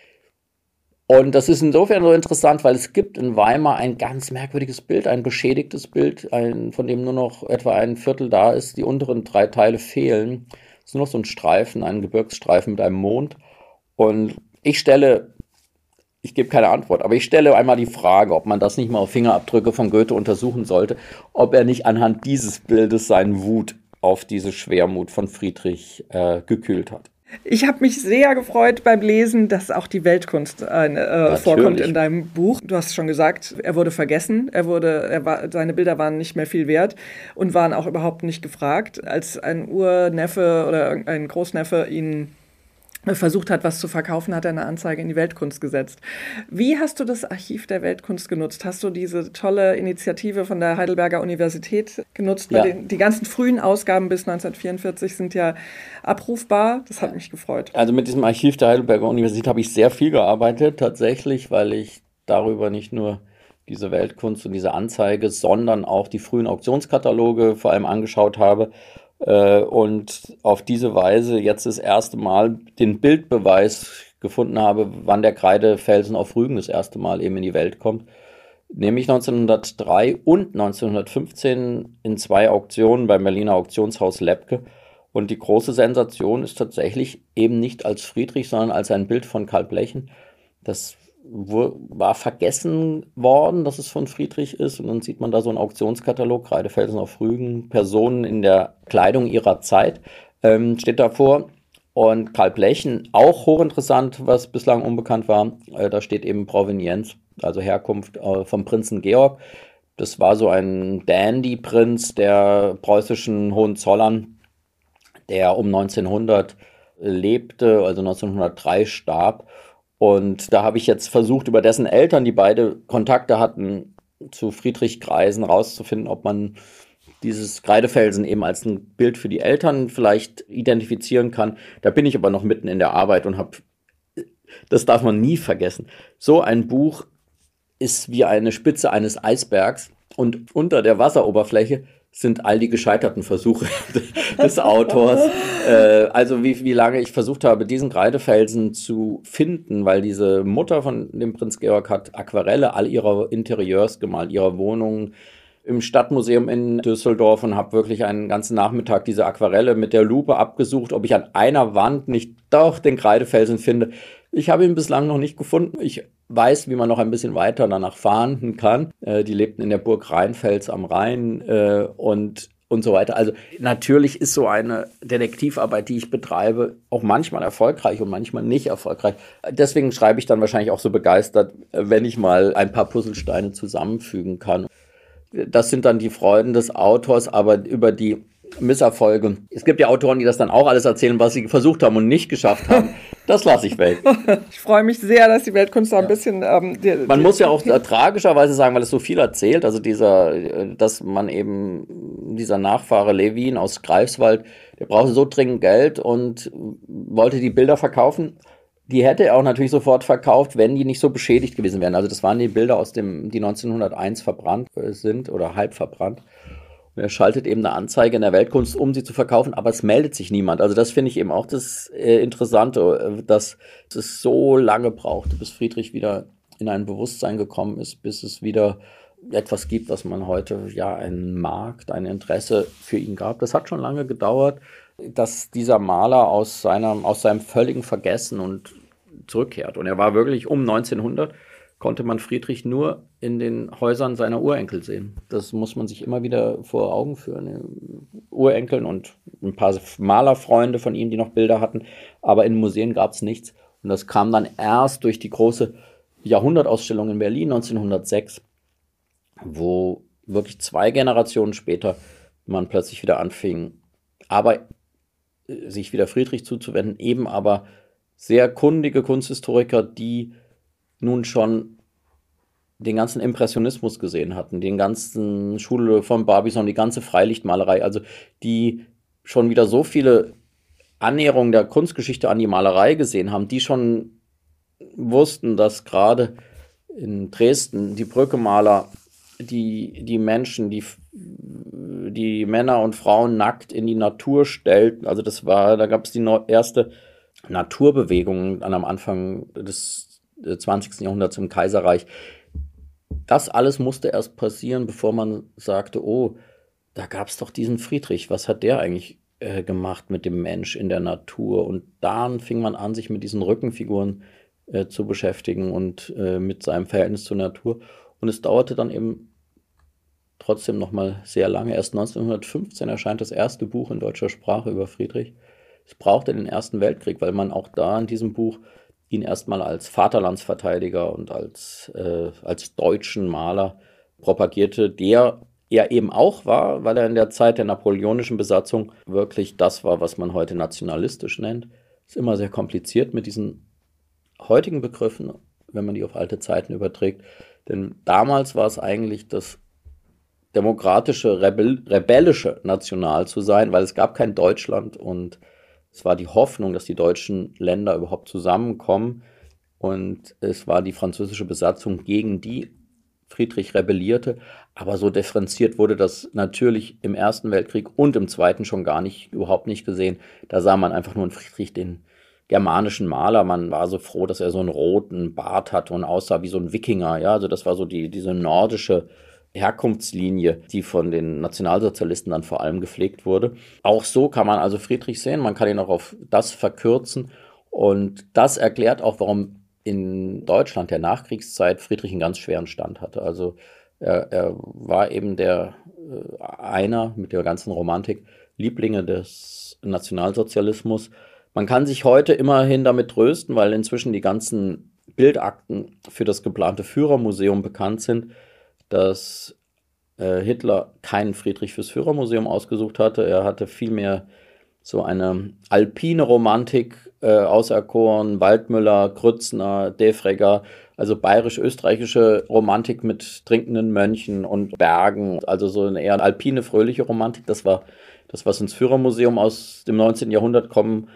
Und das ist insofern so interessant, weil es gibt in Weimar ein ganz merkwürdiges Bild, ein beschädigtes Bild, ein, von dem nur noch etwa ein Viertel da ist. Die unteren drei Teile fehlen. Es ist nur noch so ein Streifen, ein Gebirgsstreifen mit einem Mond. Und ich stelle, ich gebe keine Antwort, aber ich stelle einmal die Frage, ob man das nicht mal auf Fingerabdrücke von Goethe untersuchen sollte, ob er nicht anhand dieses Bildes seinen Wut auf diese Schwermut von Friedrich äh, gekühlt hat. Ich habe mich sehr gefreut beim Lesen, dass auch die Weltkunst äh, vorkommt in deinem Buch. Du hast schon gesagt, er wurde vergessen, er wurde, er war, seine Bilder waren nicht mehr viel wert und waren auch überhaupt nicht gefragt. Als ein Urneffe oder ein Großneffe ihn versucht hat, was zu verkaufen, hat er eine Anzeige in die Weltkunst gesetzt. Wie hast du das Archiv der Weltkunst genutzt? Hast du diese tolle Initiative von der Heidelberger Universität genutzt? Ja. Bei den, die ganzen frühen Ausgaben bis neunzehnhundertvierundvierzig sind ja abrufbar. Das hat mich gefreut. Also mit diesem Archiv der Heidelberger Universität habe ich sehr viel gearbeitet, tatsächlich, weil ich darüber nicht nur diese Weltkunst und diese Anzeige, sondern auch die frühen Auktionskataloge vor allem angeschaut habe. Und auf diese Weise jetzt das erste Mal den Bildbeweis gefunden habe, wann der Kreidefelsen auf Rügen das erste Mal eben in die Welt kommt. Nämlich neunzehnhundertdrei und neunzehnhundertfünfzehn in zwei Auktionen beim Berliner Auktionshaus Lepke. Und die große Sensation ist tatsächlich eben nicht als Friedrich, sondern als ein Bild von Karl Blechen. Das war vergessen worden, dass es von Friedrich ist. Und dann sieht man da so einen Auktionskatalog, Kreidefelsen auf Rügen, Personen in der Kleidung ihrer Zeit, ähm, steht davor. Und Karl Blechen, auch hochinteressant, was bislang unbekannt war, äh, da steht eben Provenienz, also Herkunft äh, vom Prinzen Georg. Das war so ein Dandy-Prinz der preußischen Hohenzollern, der um neunzehnhundert lebte, also neunzehnhundertdrei starb. Und da habe ich jetzt versucht, über dessen Eltern, die beide Kontakte hatten, zu Friedrich Kreisen rauszufinden, ob man dieses Kreidefelsen eben als ein Bild für die Eltern vielleicht identifizieren kann. Da bin ich aber noch mitten in der Arbeit und habe, das darf man nie vergessen, so ein Buch ist wie eine Spitze eines Eisbergs und unter der Wasseroberfläche sind all die gescheiterten Versuche des Autors. Äh, also wie, wie lange ich versucht habe, diesen Kreidefelsen zu finden, weil diese Mutter von dem Prinz Georg hat Aquarelle all ihrer Interieurs gemalt, ihrer Wohnungen im Stadtmuseum in Düsseldorf und habe wirklich einen ganzen Nachmittag diese Aquarelle mit der Lupe abgesucht, ob ich an einer Wand nicht doch den Kreidefelsen finde. Ich habe ihn bislang noch nicht gefunden. Ich weiß, wie man noch ein bisschen weiter danach fahren kann. Äh, die lebten in der Burg Rheinfels am Rhein äh, und, und so weiter. Also natürlich ist so eine Detektivarbeit, die ich betreibe, auch manchmal erfolgreich und manchmal nicht erfolgreich. Deswegen schreibe ich dann wahrscheinlich auch so begeistert, wenn ich mal ein paar Puzzlesteine zusammenfügen kann. Das sind dann die Freuden des Autors, aber über die Misserfolge. Es gibt ja Autoren, die das dann auch alles erzählen, was sie versucht haben und nicht geschafft haben. Das lasse ich weg. Ich freue mich sehr, dass die Weltkunst da ein ja. bisschen... Ähm, die, man die, muss ja auch äh, tragischerweise sagen, weil es so viel erzählt, also dieser, äh, dass man eben, dieser Nachfahre Levin aus Greifswald, der brauchte so dringend Geld und wollte die Bilder verkaufen. Die hätte er auch natürlich sofort verkauft, wenn die nicht so beschädigt gewesen wären. Also das waren die Bilder aus dem, die neunzehnhunderteins verbrannt sind oder halb verbrannt. Und er schaltet eben eine Anzeige in der Weltkunst, um sie zu verkaufen, aber es meldet sich niemand. Also das finde ich eben auch das äh, Interessante, dass es so lange brauchte, bis Friedrich wieder in ein Bewusstsein gekommen ist, bis es wieder etwas gibt, was man heute, ja, einen Markt, ein Interesse für ihn gab. Das hat schon lange gedauert, dass dieser Maler aus seinem, aus seinem völligen Vergessen und zurückkehrt. Und er war wirklich um neunzehnhundert, konnte man Friedrich nur in den Häusern seiner Urenkel sehen. Das muss man sich immer wieder vor Augen führen. Urenkeln und ein paar Malerfreunde von ihm, die noch Bilder hatten, aber in Museen gab es nichts. Und das kam dann erst durch die große Jahrhundertausstellung in Berlin neunzehnhundertsechs, wo wirklich zwei Generationen später man plötzlich wieder anfing, aber sich wieder Friedrich zuzuwenden, eben aber sehr kundige Kunsthistoriker, die nun schon den ganzen Impressionismus gesehen hatten, den ganzen Schule von Barbizon, die ganze Freilichtmalerei, also die schon wieder so viele Annäherungen der Kunstgeschichte an die Malerei gesehen haben, die schon wussten, dass gerade in Dresden die Brückemaler die, die Menschen, die, die Männer und Frauen nackt in die Natur stellten. Also das war, da gab es die erste Naturbewegung an am Anfang des zwanzigsten Jahrhunderts im Kaiserreich. Das alles musste erst passieren, bevor man sagte, oh, da gab es doch diesen Friedrich, was hat der eigentlich äh, gemacht mit dem Mensch in der Natur? Und dann fing man an, sich mit diesen Rückenfiguren äh, zu beschäftigen und äh, mit seinem Verhältnis zur Natur. Und es dauerte dann eben trotzdem nochmal sehr lange. Erst neunzehnhundertfünfzehn erscheint das erste Buch in deutscher Sprache über Friedrich. Es brauchte den Ersten Weltkrieg, weil man auch da in diesem Buch ihn erstmal als Vaterlandsverteidiger und als, äh, als deutschen Maler propagierte, der er eben auch war, weil er in der Zeit der napoleonischen Besatzung wirklich das war, was man heute nationalistisch nennt. ist immer sehr kompliziert mit diesen heutigen Begriffen, wenn man die auf alte Zeiten überträgt. Denn damals war es eigentlich das demokratische, rebell, rebellische National zu sein, weil es gab kein Deutschland und es war die Hoffnung, dass die deutschen Länder überhaupt zusammenkommen. Und es war die französische Besatzung, gegen die Friedrich rebellierte. Aber so differenziert wurde das natürlich im Ersten Weltkrieg und im Zweiten schon gar nicht, überhaupt nicht gesehen. Da sah man einfach nur in Friedrich den germanischen Maler. Man war so froh, dass er so einen roten Bart hatte und aussah wie so ein Wikinger. Ja, also das war so die, diese nordische Herkunftslinie, die von den Nationalsozialisten dann vor allem gepflegt wurde. Auch so kann man also Friedrich sehen. Man kann ihn auch auf das verkürzen. Und das erklärt auch, warum in Deutschland der Nachkriegszeit Friedrich einen ganz schweren Stand hatte. Also er, er war eben der äh, einer mit der ganzen Romantik Lieblinge des Nationalsozialismus. Man kann sich heute immerhin damit trösten, weil inzwischen die ganzen Bildakten für das geplante Führermuseum bekannt sind, dass äh, Hitler keinen Friedrich fürs Führermuseum ausgesucht hatte. Er hatte vielmehr so eine alpine Romantik äh, auserkoren, Waldmüller, Grützner, Defregger, also bayerisch-österreichische Romantik mit trinkenden Mönchen und Bergen, also so eine eher alpine, fröhliche Romantik. Das war das, was ins Führermuseum aus dem neunzehnten Jahrhundert kommen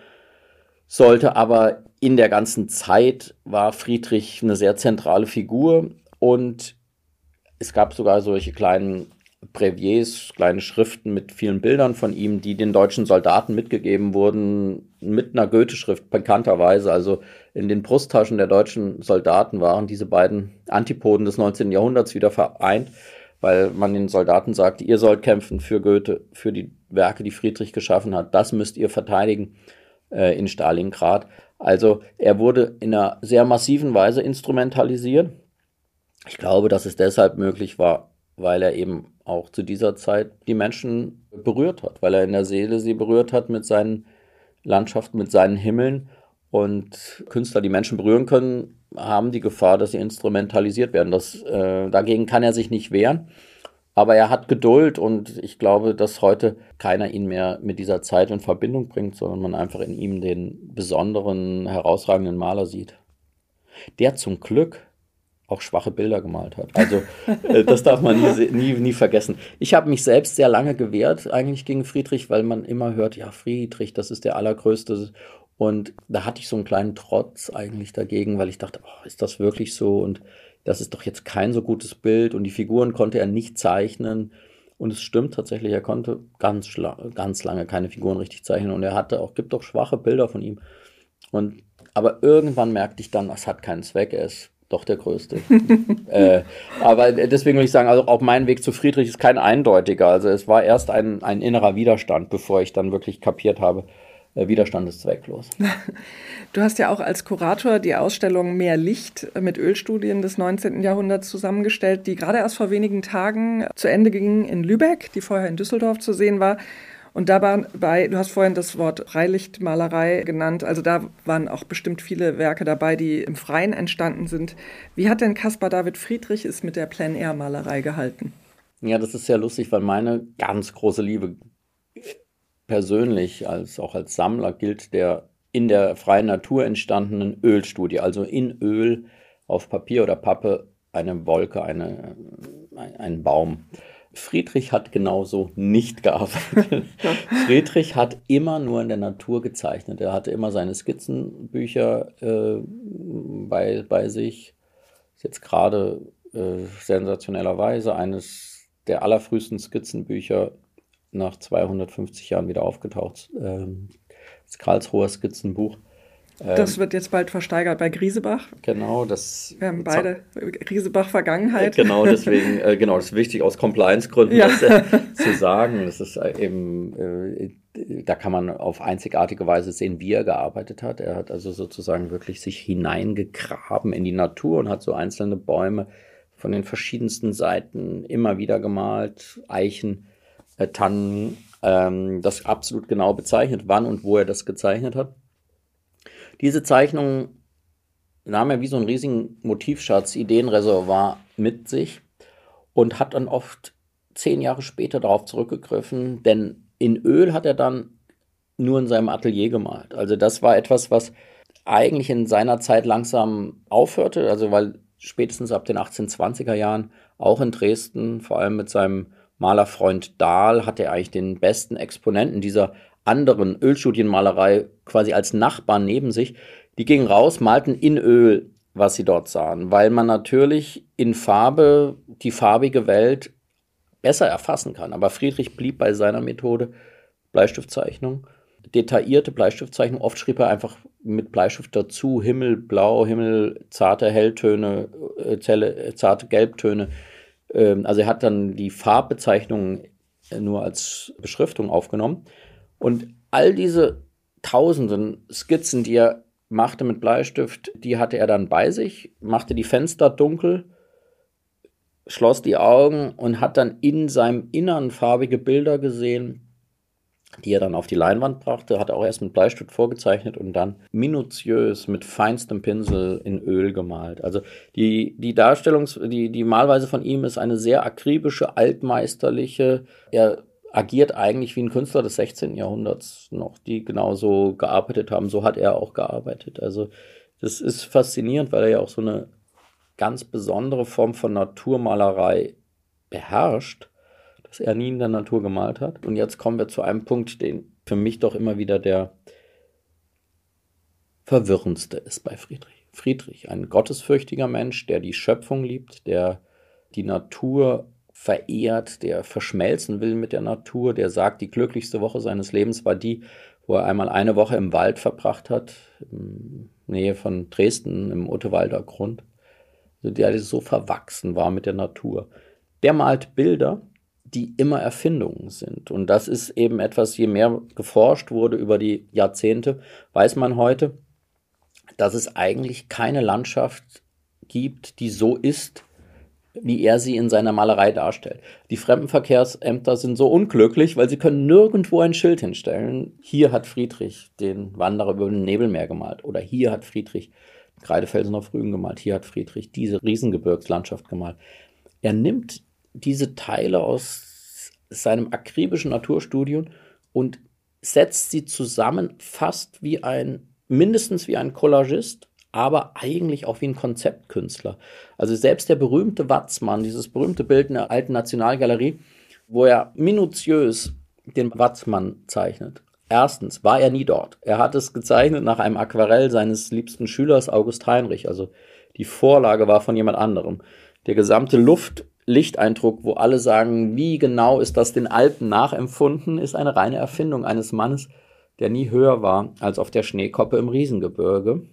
sollte, aber in der ganzen Zeit war Friedrich eine sehr zentrale Figur und es gab sogar solche kleinen Breviers, kleine Schriften mit vielen Bildern von ihm, die den deutschen Soldaten mitgegeben wurden, mit einer Goethe-Schrift bekannterweise. Also in den Brusttaschen der deutschen Soldaten waren diese beiden Antipoden des neunzehnten Jahrhunderts wieder vereint, weil man den Soldaten sagte, ihr sollt kämpfen für Goethe, für die Werke, die Friedrich geschaffen hat. Das müsst ihr verteidigen äh, in Stalingrad. Also er wurde in einer sehr massiven Weise instrumentalisiert. Ich glaube, dass es deshalb möglich war, weil er eben auch zu dieser Zeit die Menschen berührt hat, weil er in der Seele sie berührt hat mit seinen Landschaften, mit seinen Himmeln. Und Künstler, die Menschen berühren können, haben die Gefahr, dass sie instrumentalisiert werden. Das, äh, dagegen kann er sich nicht wehren, aber er hat Geduld und ich glaube, dass heute keiner ihn mehr mit dieser Zeit in Verbindung bringt, sondern man einfach in ihm den besonderen, herausragenden Maler sieht, der zum Glück auch schwache Bilder gemalt hat. Also äh, das darf man nie, nie, nie vergessen. Ich habe mich selbst sehr lange gewehrt eigentlich gegen Friedrich, weil man immer hört, ja Friedrich, das ist der Allergrößte. Und da hatte ich so einen kleinen Trotz eigentlich dagegen, weil ich dachte, oh, ist das wirklich so? Und das ist doch jetzt kein so gutes Bild. Und die Figuren konnte er nicht zeichnen. Und es stimmt tatsächlich, er konnte ganz, schla- ganz lange keine Figuren richtig zeichnen. Und er hatte auch, gibt auch schwache Bilder von ihm. Und, aber irgendwann merkte ich dann, das hat keinen Zweck, er ist doch der Größte. äh, aber deswegen will ich sagen, also auch mein Weg zu Friedrich ist kein eindeutiger. Also es war erst ein, ein innerer Widerstand, bevor ich dann wirklich kapiert habe, äh, Widerstand ist zwecklos. Du hast ja auch als Kurator die Ausstellung Mehr Licht mit Ölstudien des neunzehnten Jahrhunderts zusammengestellt, die gerade erst vor wenigen Tagen zu Ende ging in Lübeck, die vorher in Düsseldorf zu sehen war. Und dabei, du hast vorhin das Wort Freilichtmalerei genannt, also da waren auch bestimmt viele Werke dabei, die im Freien entstanden sind. Wie hat denn Caspar David Friedrich es mit der Plein-Air-Malerei gehalten? Ja, das ist sehr lustig, weil meine ganz große Liebe persönlich, als auch als Sammler, gilt der in der freien Natur entstandenen Ölstudie, also in Öl auf Papier oder Pappe eine Wolke, eine, ein, ein Baum. Friedrich hat genauso nicht gearbeitet. Friedrich hat immer nur in der Natur gezeichnet. Er hatte immer seine Skizzenbücher äh, bei, bei sich. Ist jetzt gerade äh, sensationellerweise eines der allerfrühesten Skizzenbücher nach zweihundertfünfzig Jahren wieder aufgetaucht. Äh, das Karlsruher Skizzenbuch. Das wird jetzt bald versteigert bei Griesebach. Genau, das. Wir haben beide Griesebach-Vergangenheit. Genau, deswegen, äh, genau, das ist wichtig aus Compliance-Gründen, ja. das äh, zu sagen. Das ist äh, eben, äh, da kann man auf einzigartige Weise sehen, wie er gearbeitet hat. Er hat also sozusagen wirklich sich hineingegraben in die Natur und hat so einzelne Bäume von den verschiedensten Seiten immer wieder gemalt, Eichen, äh, Tannen, ähm, das absolut genau bezeichnet, wann und wo er das gezeichnet hat. Diese Zeichnung nahm er wie so einen riesigen Motivschatz, Ideenreservoir mit sich und hat dann oft zehn Jahre später darauf zurückgegriffen, denn in Öl hat er dann nur in seinem Atelier gemalt. Also das war etwas, was eigentlich in seiner Zeit langsam aufhörte, also weil spätestens ab den achtzehnhundertzwanziger Jahren auch in Dresden, vor allem mit seinem Malerfreund Dahl, hat er eigentlich den besten Exponenten dieser anderen Ölstudienmalerei quasi als Nachbarn neben sich. Die gingen raus, malten in Öl, was sie dort sahen, weil man natürlich in Farbe die farbige Welt besser erfassen kann. Aber Friedrich blieb bei seiner Methode Bleistiftzeichnung, detaillierte Bleistiftzeichnung. Oft schrieb er einfach mit Bleistift dazu Himmelblau, Himmel, zarte Helltöne, äh, zelle, zarte Gelbtöne. Ähm, also er hat dann die Farbbezeichnungen nur als Beschriftung aufgenommen. Und all diese tausenden Skizzen, die er machte mit Bleistift, die hatte er dann bei sich, machte die Fenster dunkel, schloss die Augen und hat dann in seinem Innern farbige Bilder gesehen, die er dann auf die Leinwand brachte, hat er auch erst mit Bleistift vorgezeichnet und dann minutiös mit feinstem Pinsel in Öl gemalt. Also die, die Darstellungs-, die, die Malweise von ihm ist eine sehr akribische, altmeisterliche. Er agiert eigentlich wie ein Künstler des sechzehnten Jahrhunderts noch, die genauso gearbeitet haben. So hat er auch gearbeitet. Also das ist faszinierend, weil er ja auch so eine ganz besondere Form von Naturmalerei beherrscht, dass er nie in der Natur gemalt hat. Und jetzt kommen wir zu einem Punkt, den für mich doch immer wieder der verwirrendste ist bei Friedrich. Friedrich, ein gottesfürchtiger Mensch, der die Schöpfung liebt, der die Natur verehrt, der verschmelzen will mit der Natur, der sagt, die glücklichste Woche seines Lebens war die, wo er einmal eine Woche im Wald verbracht hat, in Nähe von Dresden, im Ottewalder Grund, also der so verwachsen war mit der Natur. Der malt Bilder, die immer Erfindungen sind. Und das ist eben etwas, je mehr geforscht wurde über die Jahrzehnte, weiß man heute, dass es eigentlich keine Landschaft gibt, die so ist, wie er sie in seiner Malerei darstellt. Die Fremdenverkehrsämter sind so unglücklich, weil sie können nirgendwo ein Schild hinstellen. Hier hat Friedrich den Wanderer über den Nebelmeer gemalt oder hier hat Friedrich Kreidefelsen auf Rügen gemalt, hier hat Friedrich diese Riesengebirgslandschaft gemalt. Er nimmt diese Teile aus seinem akribischen Naturstudium und setzt sie zusammen fast wie ein, mindestens wie ein Collagist, aber eigentlich auch wie ein Konzeptkünstler. Also selbst der berühmte Watzmann, dieses berühmte Bild in der Alten Nationalgalerie, wo er minutiös den Watzmann zeichnet. Erstens war er nie dort. Er hat es gezeichnet nach einem Aquarell seines liebsten Schülers August Heinrich. Also die Vorlage war von jemand anderem. Der gesamte Luft-Licht-Eindruck, wo alle sagen, wie genau ist das den Alpen nachempfunden, ist eine reine Erfindung eines Mannes, der nie höher war als auf der Schneekoppe im Riesengebirge.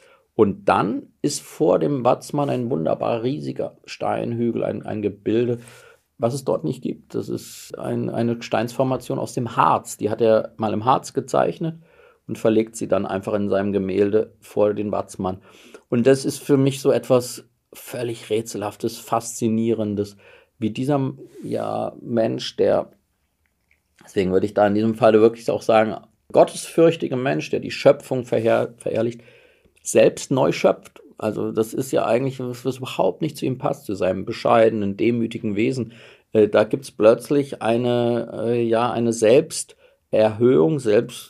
Und dann ist vor dem Watzmann ein wunderbar riesiger Steinhügel, ein, ein Gebilde, was es dort nicht gibt. Das ist ein, eine Gesteinsformation aus dem Harz. Die hat er mal im Harz gezeichnet und verlegt sie dann einfach in seinem Gemälde vor den Watzmann. Und das ist für mich so etwas völlig Rätselhaftes, Faszinierendes, wie dieser ja, Mensch, der, deswegen würde ich da in diesem Falle wirklich auch sagen, gottesfürchtige Mensch, der die Schöpfung verherr, verherrlicht, selbst neu schöpft. Also das ist ja eigentlich, was, was überhaupt nicht zu ihm passt, zu seinem bescheidenen, demütigen Wesen. Äh, da gibt es plötzlich eine, äh, ja, eine Selbsterhöhung,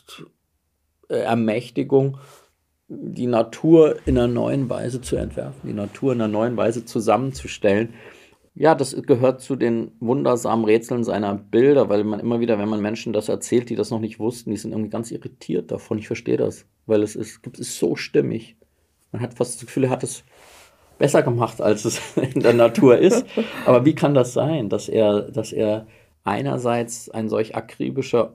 Selbstermächtigung, die Natur in einer neuen Weise zu entwerfen, die Natur in einer neuen Weise zusammenzustellen. Ja, das gehört zu den wundersamen Rätseln seiner Bilder, weil man immer wieder, wenn man Menschen das erzählt, die das noch nicht wussten, die sind irgendwie ganz irritiert davon. Ich verstehe das, weil es ist, es ist so stimmig. Man hat fast das Gefühl, er hat es besser gemacht, als es in der Natur ist. Aber wie kann das sein, dass er, dass er einerseits ein solch akribischer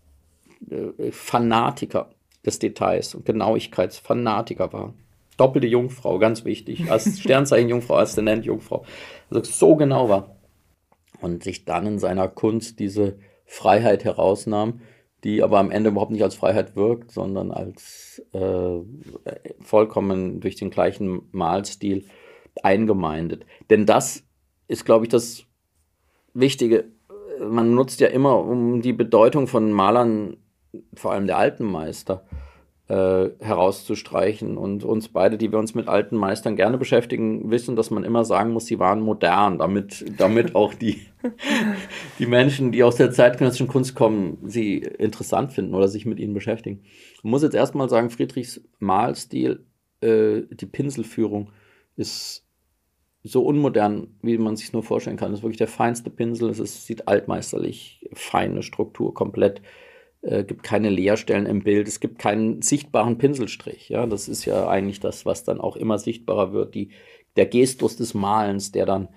äh, Fanatiker des Details und Genauigkeitsfanatiker war? Doppelte Jungfrau, ganz wichtig. Als Sternzeichen Jungfrau, Aszendent Jungfrau. Also so genau war. Und sich dann in seiner Kunst diese Freiheit herausnahm, die aber am Ende überhaupt nicht als Freiheit wirkt, sondern als äh, vollkommen durch den gleichen Malstil eingemeindet. Denn das ist, glaube ich, das Wichtige. Man nutzt ja immer, um die Bedeutung von Malern, vor allem der alten Meister, äh, herauszustreichen. Und uns beide, die wir uns mit alten Meistern gerne beschäftigen, wissen, dass man immer sagen muss, sie waren modern, damit, damit auch die, die Menschen, die aus der zeitgenössischen Kunst kommen, sie interessant finden oder sich mit ihnen beschäftigen. Ich muss jetzt erstmal sagen, Friedrichs Malstil, äh, die Pinselführung ist so unmodern, wie man sich nur vorstellen kann. Das ist wirklich der feinste Pinsel, es ist, sieht altmeisterlich, feine Struktur, komplett. Es äh, gibt keine Leerstellen im Bild, es gibt keinen sichtbaren Pinselstrich. Ja? Das ist ja eigentlich das, was dann auch immer sichtbarer wird, die, der Gestus des Malens, der dann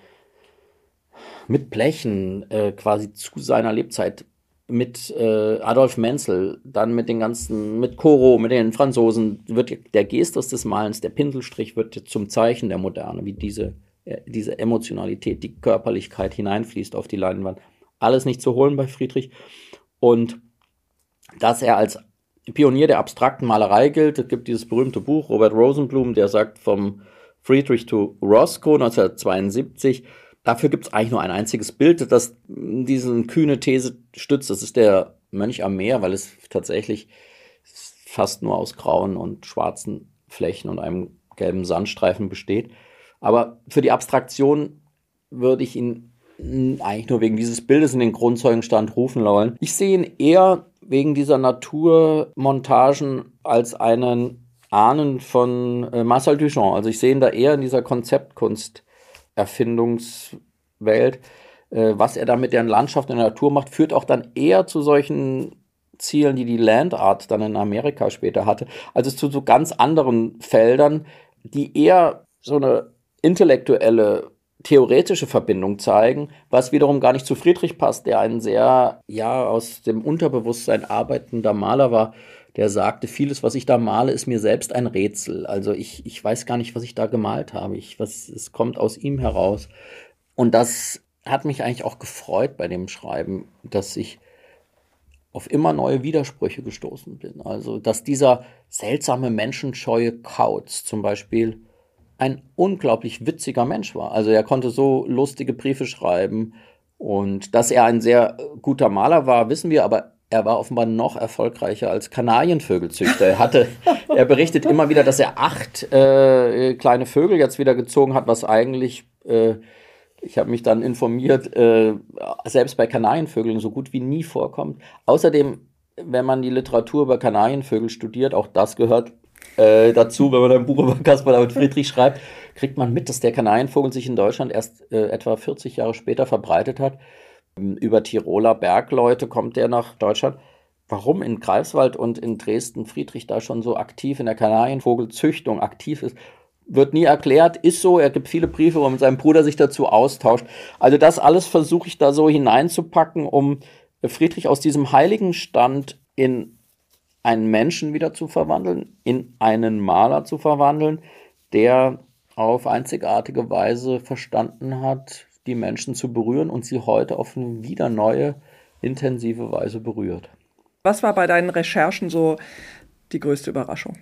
mit Blechen äh, quasi zu seiner Lebzeit mit äh, Adolf Menzel, dann mit den ganzen, mit Corot, mit den Franzosen, wird der Gestus des Malens, der Pinselstrich wird zum Zeichen der Moderne, wie diese, äh, diese Emotionalität, die Körperlichkeit hineinfließt auf die Leinwand. Alles nicht zu holen bei Friedrich. Und dass er als Pionier der abstrakten Malerei gilt, es gibt dieses berühmte Buch, Robert Rosenblum, der sagt vom Friedrich to Roscoe neunzehnhundertzweiundsiebzig, dafür gibt es eigentlich nur ein einziges Bild, das diese kühne These stützt. Das ist der Mönch am Meer, weil es tatsächlich fast nur aus grauen und schwarzen Flächen und einem gelben Sandstreifen besteht. Aber für die Abstraktion würde ich ihn eigentlich nur wegen dieses Bildes in den Grundzeugenstand rufen wollen. Ich sehe ihn eher wegen dieser Naturmontagen als einen Ahnen von äh, Marcel Duchamp. Also ich sehe ihn da eher in dieser Konzeptkunst Erfindungswelt, äh, was er da mit der Landschaft in der Natur macht, führt auch dann eher zu solchen Zielen, die die Land Art dann in Amerika später hatte, also zu so ganz anderen Feldern, die eher so eine intellektuelle, theoretische Verbindung zeigen, was wiederum gar nicht zu Friedrich passt, der ein sehr, ja, aus dem Unterbewusstsein arbeitender Maler war, der sagte, vieles, was ich da male, ist mir selbst ein Rätsel. Also ich, ich weiß gar nicht, was ich da gemalt habe. Ich, was, es kommt aus ihm heraus. Und das hat mich eigentlich auch gefreut bei dem Schreiben, dass ich auf immer neue Widersprüche gestoßen bin. Also, dass dieser seltsame, menschenscheue Kautz zum Beispiel ein unglaublich witziger Mensch war. Also er konnte so lustige Briefe schreiben. Und dass er ein sehr guter Maler war, wissen wir, aber er war offenbar noch erfolgreicher als Kanarienvögelzüchter. Er hatte, er berichtet immer wieder, dass er acht äh, kleine Vögel jetzt wieder gezogen hat, was eigentlich, äh, ich habe mich dann informiert, äh, selbst bei Kanarienvögeln so gut wie nie vorkommt. Außerdem, wenn man die Literatur über Kanarienvögel studiert, auch das gehört äh, dazu, wenn man ein Buch über Caspar David Friedrich schreibt, kriegt man mit, dass der Kanarienvogel sich in Deutschland erst äh, etwa vierzig Jahre später verbreitet hat. Über Tiroler Bergleute kommt der nach Deutschland. Warum in Greifswald und in Dresden Friedrich da schon so aktiv in der Kanarienvogelzüchtung aktiv ist, wird nie erklärt. Ist so, er gibt viele Briefe, wo er mit seinem Bruder sich dazu austauscht. Also das alles versuche ich da so hineinzupacken, um Friedrich aus diesem heiligen Stand in einen Menschen wieder zu verwandeln, in einen Maler zu verwandeln, der auf einzigartige Weise verstanden hat, die Menschen zu berühren und sie heute auf eine wieder neue, intensive Weise berührt. Was war bei deinen Recherchen so die größte Überraschung?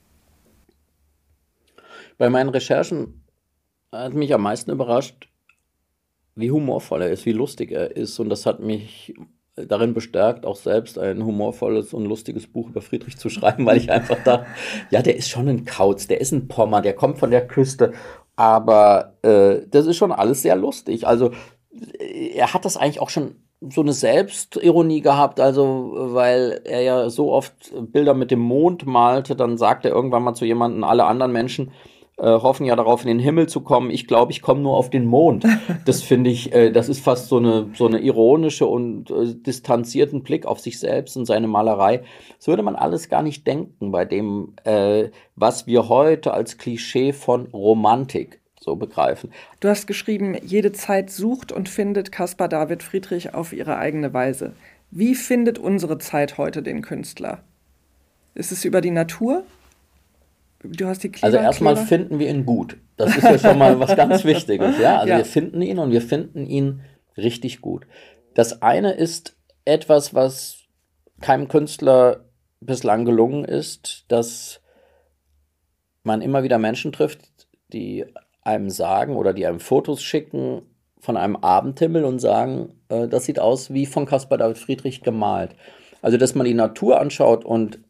Bei meinen Recherchen hat mich am meisten überrascht, wie humorvoll er ist, wie lustig er ist. Und das hat mich darin bestärkt, auch selbst ein humorvolles und lustiges Buch über Friedrich zu schreiben, weil ich einfach da, ja, der ist schon ein Kauz, der ist ein Pommer, der kommt von der Küste. Aber äh, das ist schon alles sehr lustig. Also er hat das eigentlich auch schon so eine Selbstironie gehabt, also weil er ja so oft Bilder mit dem Mond malte, dann sagt er irgendwann mal zu jemandem, alle anderen Menschen äh, hoffen ja darauf, in den Himmel zu kommen. Ich glaube, ich komme nur auf den Mond. Das finde ich, äh, das ist fast so eine, so eine ironische und äh, distanzierten Blick auf sich selbst und seine Malerei. Das würde man alles gar nicht denken bei dem, äh, was wir heute als Klischee von Romantik so begreifen. Du hast geschrieben, jede Zeit sucht und findet Caspar David Friedrich auf ihre eigene Weise. Wie findet unsere Zeit heute den Künstler? Ist es über die Natur? Du hast die Kleber, Also erstmal Kleber? finden wir ihn gut. Das ist ja schon mal was ganz Wichtiges. Ja? Also Ja. wir finden ihn und wir finden ihn richtig gut. Das eine ist etwas, was keinem Künstler bislang gelungen ist, dass man immer wieder Menschen trifft, die einem sagen oder die einem Fotos schicken von einem Abendhimmel und sagen, äh, das sieht aus wie von Caspar David Friedrich gemalt. Also dass man die Natur anschaut und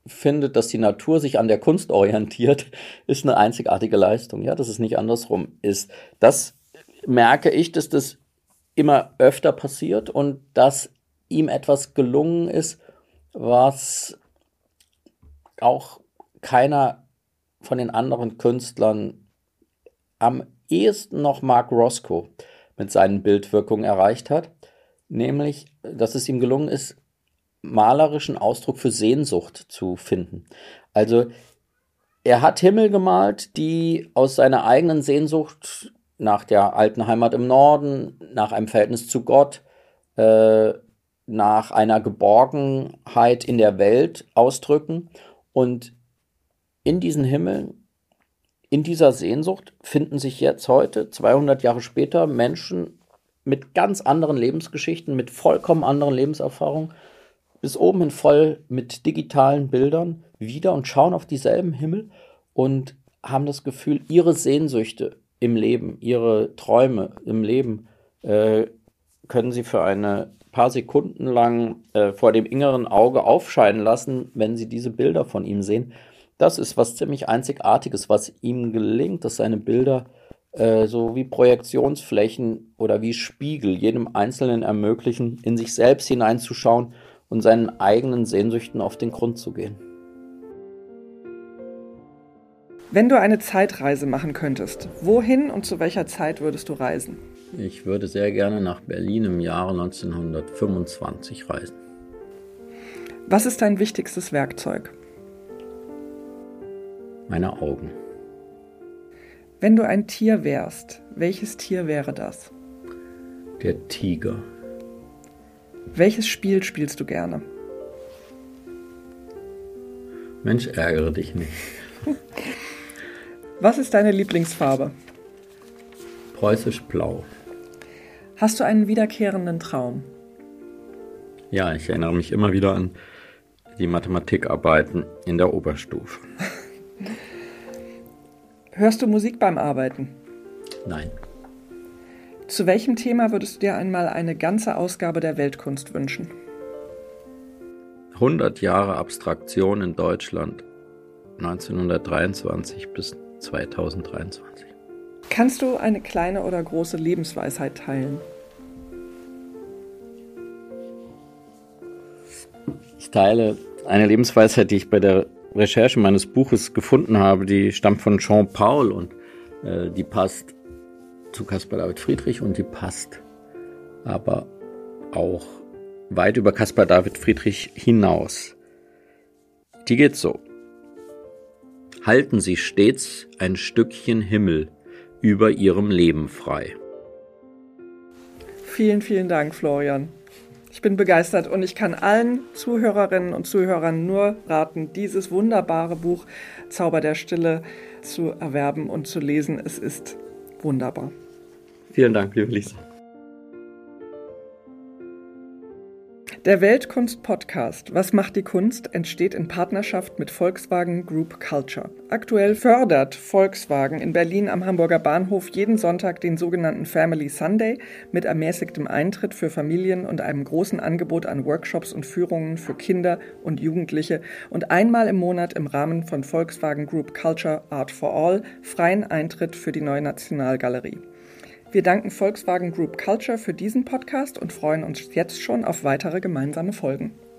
findet, dass die Natur sich an der Kunst orientiert, ist eine einzigartige Leistung. Ja, dass es nicht andersrum ist. Das merke ich, dass das immer öfter passiert und dass ihm etwas gelungen ist, was auch keiner von den anderen Künstlern, am ehesten noch Mark Roscoe mit seinen Bildwirkungen erreicht hat, nämlich, dass es ihm gelungen ist, malerischen Ausdruck für Sehnsucht zu finden. Also er hat Himmel gemalt, die aus seiner eigenen Sehnsucht nach der alten Heimat im Norden, nach einem Verhältnis zu Gott, äh, nach einer Geborgenheit in der Welt ausdrücken. Und in diesen Himmeln, in dieser Sehnsucht finden sich jetzt heute, zweihundert Jahre später, Menschen mit ganz anderen Lebensgeschichten, mit vollkommen anderen Lebenserfahrungen, bis oben hin voll mit digitalen Bildern wieder und schauen auf dieselben Himmel und haben das Gefühl, ihre Sehnsüchte im Leben, ihre Träume im Leben äh, können sie für eine paar Sekunden lang äh, vor dem inneren Auge aufscheinen lassen, wenn sie diese Bilder von ihm sehen. Das ist was ziemlich Einzigartiges, was ihm gelingt, dass seine Bilder äh, so wie Projektionsflächen oder wie Spiegel jedem Einzelnen ermöglichen, in sich selbst hineinzuschauen und seinen eigenen Sehnsüchten auf den Grund zu gehen. Wenn du eine Zeitreise machen könntest, wohin und zu welcher Zeit würdest du reisen? Ich würde sehr gerne nach Berlin im Jahre neunzehnhundertfünfundzwanzig reisen. Was ist dein wichtigstes Werkzeug? Meine Augen. Wenn du ein Tier wärst, welches Tier wäre das? Der Tiger. Welches Spiel spielst du gerne? Mensch, ärgere dich nicht. Was ist deine Lieblingsfarbe? Preußisch blau. Hast du einen wiederkehrenden Traum? Ja, ich erinnere mich immer wieder an die Mathematikarbeiten in der Oberstufe. Hörst du Musik beim Arbeiten? Nein. Zu welchem Thema würdest du dir einmal eine ganze Ausgabe der Weltkunst wünschen? hundert Jahre Abstraktion in Deutschland, neunzehnhundertdreiundzwanzig bis zweitausenddreiundzwanzig. Kannst du eine kleine oder große Lebensweisheit teilen? Ich teile eine Lebensweisheit, die ich bei der Recherche meines Buches gefunden habe. Die stammt von Jean Paul und äh, die passt zu Caspar David Friedrich und die passt aber auch weit über Caspar David Friedrich hinaus. Die geht so: Halten Sie stets ein Stückchen Himmel über Ihrem Leben frei. Vielen, vielen Dank, Florian. Ich bin begeistert und ich kann allen Zuhörerinnen und Zuhörern nur raten, dieses wunderbare Buch Zauber der Stille zu erwerben und zu lesen. Es ist wunderbar. Vielen Dank, liebe Lisa. Der Weltkunst-Podcast Was macht die Kunst? Entsteht in Partnerschaft mit Volkswagen Group Culture. Aktuell fördert Volkswagen in Berlin am Hamburger Bahnhof jeden Sonntag den sogenannten Family Sunday mit ermäßigtem Eintritt für Familien und einem großen Angebot an Workshops und Führungen für Kinder und Jugendliche und einmal im Monat im Rahmen von Volkswagen Group Culture Art for All freien Eintritt für die Neue Nationalgalerie. Wir danken Volkswagen Group Culture für diesen Podcast und freuen uns jetzt schon auf weitere gemeinsame Folgen.